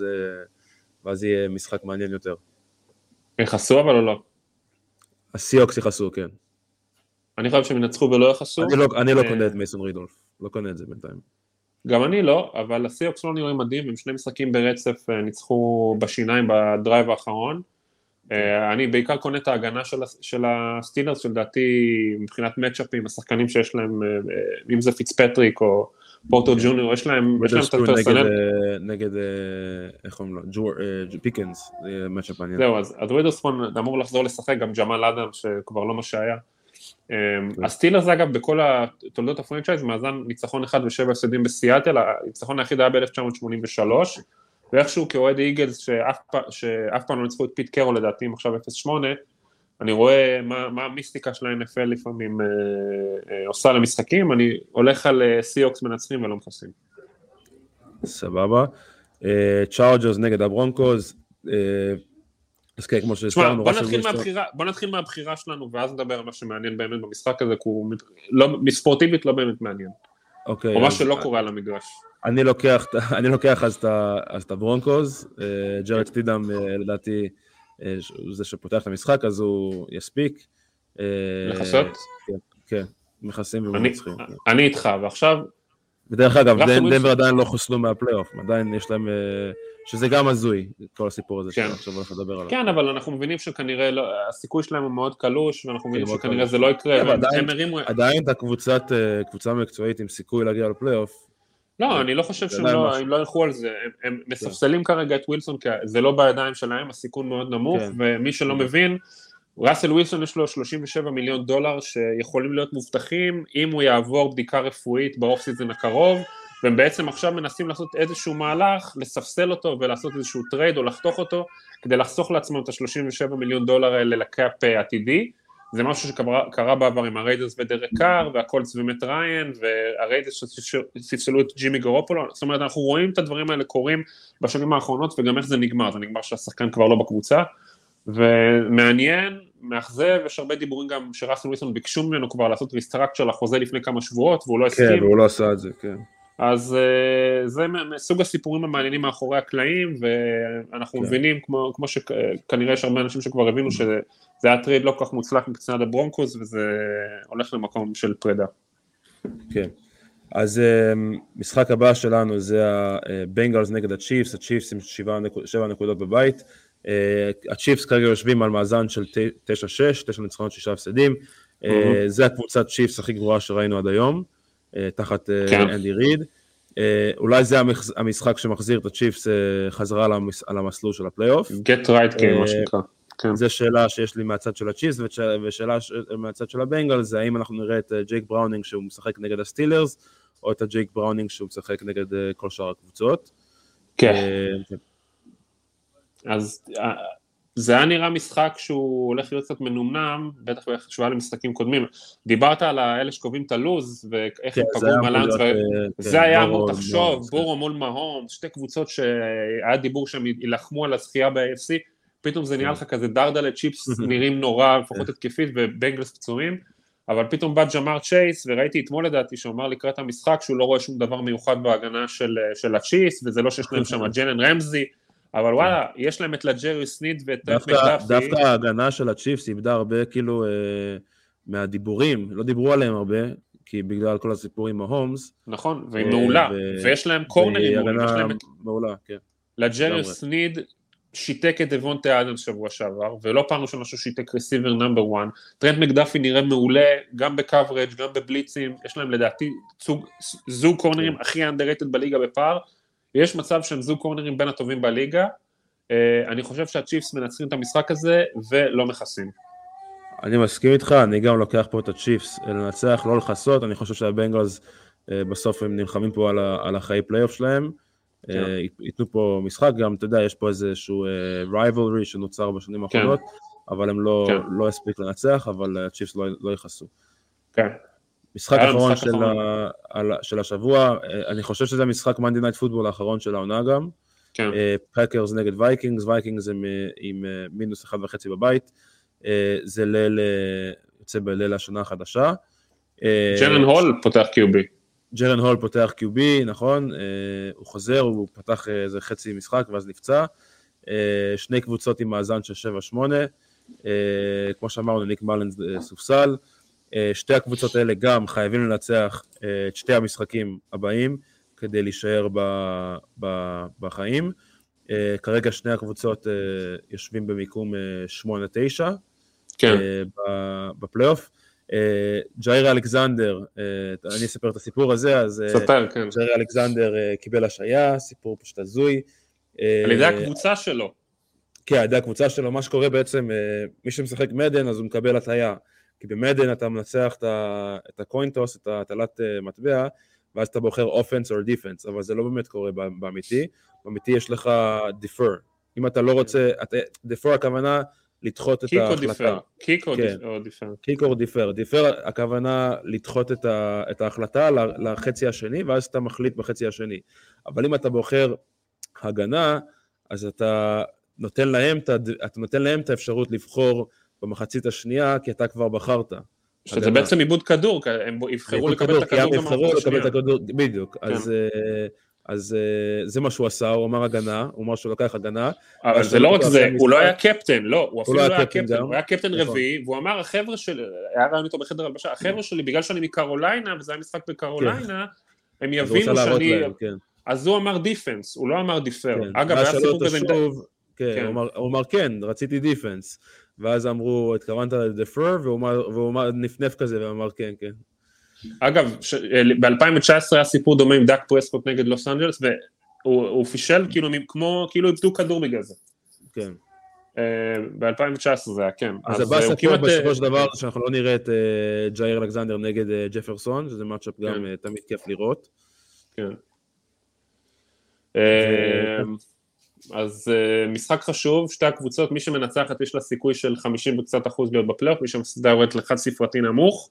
ואז יהיה משחק מעניין יותר. יחסו אבל או לא? הסיוקס יחסו, כן. אני חושב שהם ינצחו ולא יחסו. אני לא קונה את מייסון רידולף, לא קונה את זה בינתיים. גם אני לא, אבל הסיוקס לא נראים מדהים, הם שני משחקים ברצף ניצחו בשיניים בדרייב האחרון. אני בעיקר קונה את ההגנה של הסטילרס, שלדעתי מבחינת מצ'אפים, השחקנים שיש להם, אם זה פיצפטריק או פורטו ג'וניור, יש להם את הפרסונל. נגד, איך אומרים לו, פיקנס, זה מצ'אפ מעניין. זהו, אז ווידרספון אמור לחזור לשחק, גם ג'מאל אדם, שכבר לא מה שהיה. הסטילרס אגב בכל התולדות הפרנצ'ייז מאזן ניצחון 1 ו7 הפסדים בסיאטל, הניצחון היחיד היה ב-1983, ואיכשהו כאוהד איגלס שאף פעם לא ניצחו את פיט קרול לדעתי עכשיו 0-8, אני רואה מה המיסטיקה של ה-NFL לפעמים עושה למשחקים, אני הולך על סיוקס מנצחים ולא מכסים. סבבה. צ'ארג'רס נגד הברונקוז, אז כן, כמו שהזכרנו, בוא נתחיל מהבחירה שלנו, ואז נדבר על מה שמעניין באמת במשחק הזה, כי הוא מספורטיבית לא באמת מעניין, או מה שלא קורה על המגרש. אני לוקח אז את הברונקוז, ג'רד סטידם לדעתי, זה שפותח את המשחק, אז הוא יספיק. לחסות? כן, מכסים ומנצחים. אני איתך, ועכשיו... בדרך אגב, דנבר עדיין לא חוסלו מהפלייאוף, עדיין יש להם... שזה גם הזוי, כל הסיפור הזה שעכשיו הולך לדבר עליו. כן, אבל אנחנו מבינים שכנראה הסיכוי שלהם הוא מאוד קלוש, ואנחנו מבינים שכנראה זה לא יקרה. עדיין את הקבוצה מקצועית עם סיכוי להגיע לפלייאוף. לא, אני לא חושב שהם לא ילכו על זה, הם מספסלים כרגע את ווילסון, כי זה לא בידיים שלהם, הסיכון מאוד נמוך, ומי שלא מבין, ראסל ווילסון יש לו $37 מיליון שיכולים להיות מובטחים, אם הוא יעבור בדיקה רפואית באוף סיזן הקרוב, והם בעצם עכשיו מנסים לעשות איזשהו מהלך, לספסל אותו ולעשות איזשהו טרייד או לחתוך אותו, כדי לחסוך לעצמם את $37 מיליון האלה לקאפ עתידי, זה משהו שקרה בעבר עם הריידרס ודרק קאר, והקולטס ומט ריין, והריידרס שספסלו את ג'ימי גרופולו, זאת אומרת אנחנו רואים את הדברים האלה קורים בשנים האחרונות, וגם איך זה נגמר שהשחקן כבר לא בקבוצה, ומעניין, מאכזב, יש הרבה דיבורים גם שראסל ווילסון ביקשו ממנו כבר לעשות ריסטרקצ'ר לחוזה לפני כמה שבועות, והוא לא הסכים. כן, והוא לא עשה את זה, כן. אז זה סוג הסיפורים המעניינים מאחורי הקלעים, ואנחנו מבינים, כמו שכנראה יש הרבה אנשים שכבר הבינו, שזה היה טרייד לא כל כך מוצלח מבחינת הברונקוס, וזה הולך למקום של פרידה. כן, אז משחק הבא שלנו זה הבנגלס נגד הצ'יפס, הצ'יפס עם 7 נקודות בבית, הצ'יפס כרגע יושבים על מאזן של 9-6, 9 ניצחונות 6 הפסדים, זה הקבוצת צ'יפס הכי גרועה שראינו עד היום, תחת אנדי ריד, אולי זה המשחק שמחזיר את הצ'יפס חזרה על המסלול של הפלייאוף. Get right game, מה שנקרא. זו שאלה שיש לי מהצד של הצ'יפס, ושאלה מהצד של הבנגל, זה האם אנחנו נראה את ג'ייק בראונינג שהוא משחק נגד הסטילרס, או את הג'ייק בראונינג שהוא משחק נגד כל שאר הקבוצות. כן. אז זה היה נראה משחק שהוא הולך להיות קצת מנומנם, בטח בהשוואה למשחקים קודמים. דיברת על האלה שקובעים את הלוז, ואיך הם פגעו מלאנס, וזה היה אמור תחשוב, בורו מול מהום, שתי קבוצות שהיה דיבור שהם ילחמו על הזכייה ב-AFC, פתאום זה נראה לך כזה דרדלה, צ'יפס נראים נורא, לפחות התקפית, ובנגלס פצועים, אבל פתאום בא ג'מאר צ'ייס, וראיתי אתמול לדעתי, שאומר לקראת המשחק, שהוא לא רואה שום דבר מיוחד בהגנה של הצ'יפס, וזה לא שיש להם שם ג'לן רמזי, אבל וואלה, יש להם את לג'רי סניד ואת טרנט מקדפי. דווקא ההגנה של הצ'יפס איבדה הרבה כאילו מהדיבורים, לא דיברו עליהם הרבה, כי בגלל כל הסיפורים מההומס. נכון, והיא מעולה, ויש להם קורנרים מעולה, כן. לג'רי סניד שיתק את דבונטה אדמס שבוע שעבר, ולא פעם ראשונה שהוא שיתק רסיבר נאמבר 1, טרנט מקדפי נראה מעולה, גם בקאברג' גם בבליצים, יש להם לדעתי זוג קורנרים הכי אנדררייטד בליגה בפער, יש מצב שהם זוג קורנרים בין הטובים בליגה, אני חושב שהצ'יפס מנצחים את המשחק הזה ולא מכסים. אני מסכים איתך, אני גם לוקח פה את הצ'יפס לנצח, לא לחסות, אני חושב שהבנגלס בסוף הם נלחמים פה על החיי פלייאוף שלהם, ייתנו פה משחק, גם אתה יודע, יש פה איזשהו rivalry שנוצר בשנים האחרונות, אבל הם לא הספיק לנצח, אבל הצ'יפס לא יחסו. כן. משחק אחרון של השבוע, אני חושב שזה המשחק Monday Night Football האחרון של העונה גם, פאקרס נגד וייקינגס, וייקינגס הם עם -1.5 בבית, זה ליל יוצא בליל השנה החדשה. ג'רן הול פותח QB. ג'רן הול פותח QB, נכון, הוא חוזר, הוא פתח איזה חצי משחק ואז נפצע, שני קבוצות עם מאזן של 7-8, כמו שאמרנו, ניק מלן סופסל, שתי הקבוצות האלה גם חייבים לנצח את שתי המשחקים הבאים, כדי להישאר בחיים, כרגע שני הקבוצות יושבים במיקום 8-9, כן. בפלייאוף, ג'ייר אלכסנדר, אני אספר את הסיפור הזה, אז כן. ג'ייר אלכסנדר קיבל השעיה, סיפור פשוט הזוי. על ידי הקבוצה שלו. כן, על ידי הקבוצה שלו, מה שקורה בעצם, מי שמשחק מדן, אז הוא מקבל הטעיה, כי במדן אתה מנצח את הקוינטוס, את הטלת מטבע, ואז אתה בוחר אופנס או דיפנס, אבל זה לא באמת קורה באמיתי, באמיתי יש לך דיפר, אם אתה לא רוצה, דיפר הכוונה, לדחות את ההחלטה. קיק או דיפר. דיפר, הכוונה לדחות את ההחלטה לחצי השני, ואז אתה מחליט בחצי השני. אבל אם אתה בוחר הגנה, אז אתה נותן להם את האפשרות לבחור במחצית השנייה, כי אתה כבר בחרת. שזה בעצם איבוד כדור, הם יבחרו לקבל את הכדור במחצית השנייה. בדיוק, אז זה מה שהוא עשה, הוא אמר הגנה, הוא אמר שהוא לקח הגנה. אבל זה לא רק זה, הוא לא היה קפטן, לא, הוא אפילו לא היה קפטן, הוא היה קפטן רביעי, והוא אמר, החבר'ה שלי, היה רעיון איתו בחדר הלבשה, החבר'ה שלי, בגלל שאני מקרוליינה, וזה היה משחק בקרוליינה, הם יבינו שאני, אז הוא אמר דיפנס, הוא לא אמר דיפר. אגב, היה סיפור כזה, הוא אמר כן, רציתי דיפנס, ואז אמרו, התכוונת לדיפר, והוא נפנף כזה, ואמר כן, כן. אגב, ב-2019 היה סיפור דומה עם דאק פרסקוט נגד לוס אנג'לס, והוא פישל כאילו איבדו כדור בגלל זה. כן. ב-2019 זה היה, כן. אז הבא סיפור בסופו של דבר, שאנחנו לא נראה את ג'ייר אלכסנדר נגד ג'פרסון, שזה מאצ'אפ גם תמיד כיף לראות. כן. אז משחק חשוב, שתי הקבוצות, מי שמנצחת יש לה סיכוי של 50 וקצת אחוז להיות בפלייאוף, מי שמסדר יורד לחד ספרתי נמוך,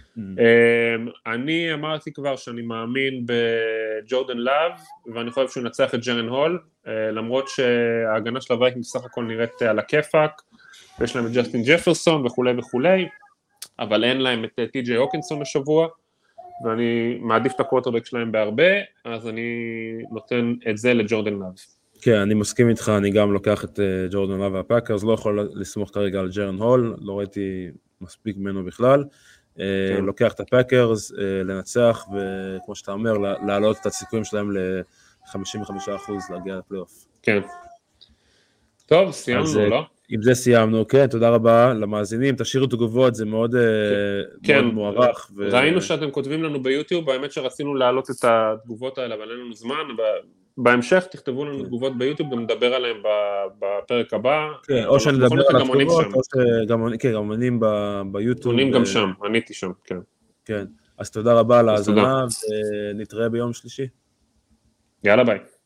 אני אמרתי כבר שאני מאמין בג'ורדן לאב, ואני חושב שהוא ינצח את ג'רן הול, למרות שההגנה של הווייקינגס בסך הכל נראית על הכיפק, ויש להם את ג'סטין ג'פרסון וכולי וכולי, אבל אין להם את טי.ג'יי הוקינסון לשבוע, ואני מעדיף את הקווטרבק שלהם בהרבה, אז אני נותן את זה לג'ורדן לאב. כן, אני מסכים איתך, אני גם לוקח את ג'ורדן לאב והפאקרס, לא יכול לסמוך כרגע על ג'רן הול, לא ראיתי מספיק ממנו בכלל, לוקח את הפאקרס, לנצח, וכמו שאתה אומר, להעלות את הסיכויים שלהם ל-55% להגיע לפלייאוף. כן. טוב, סיימנו, לא? עם זה סיימנו, כן, תודה רבה למאזינים, תשאירו תגובות, זה מאוד מוערך. ראינו שאתם כותבים לנו ביוטיוב, האמת שרצינו להעלות את התגובות האלה, אבל אין לנו זמן, בהמשך תכתבו לנו תגובות ביוטיוב, גם נדבר עליהם בפרק הבא. כן, או שנדבר על התגובות, או שגם עונים ביוטיוב. עונים גם שם, עניתי שם, כן. כן, אז תודה רבה על ההאזנה, ונתראה ביום שלישי. יאללה ביי.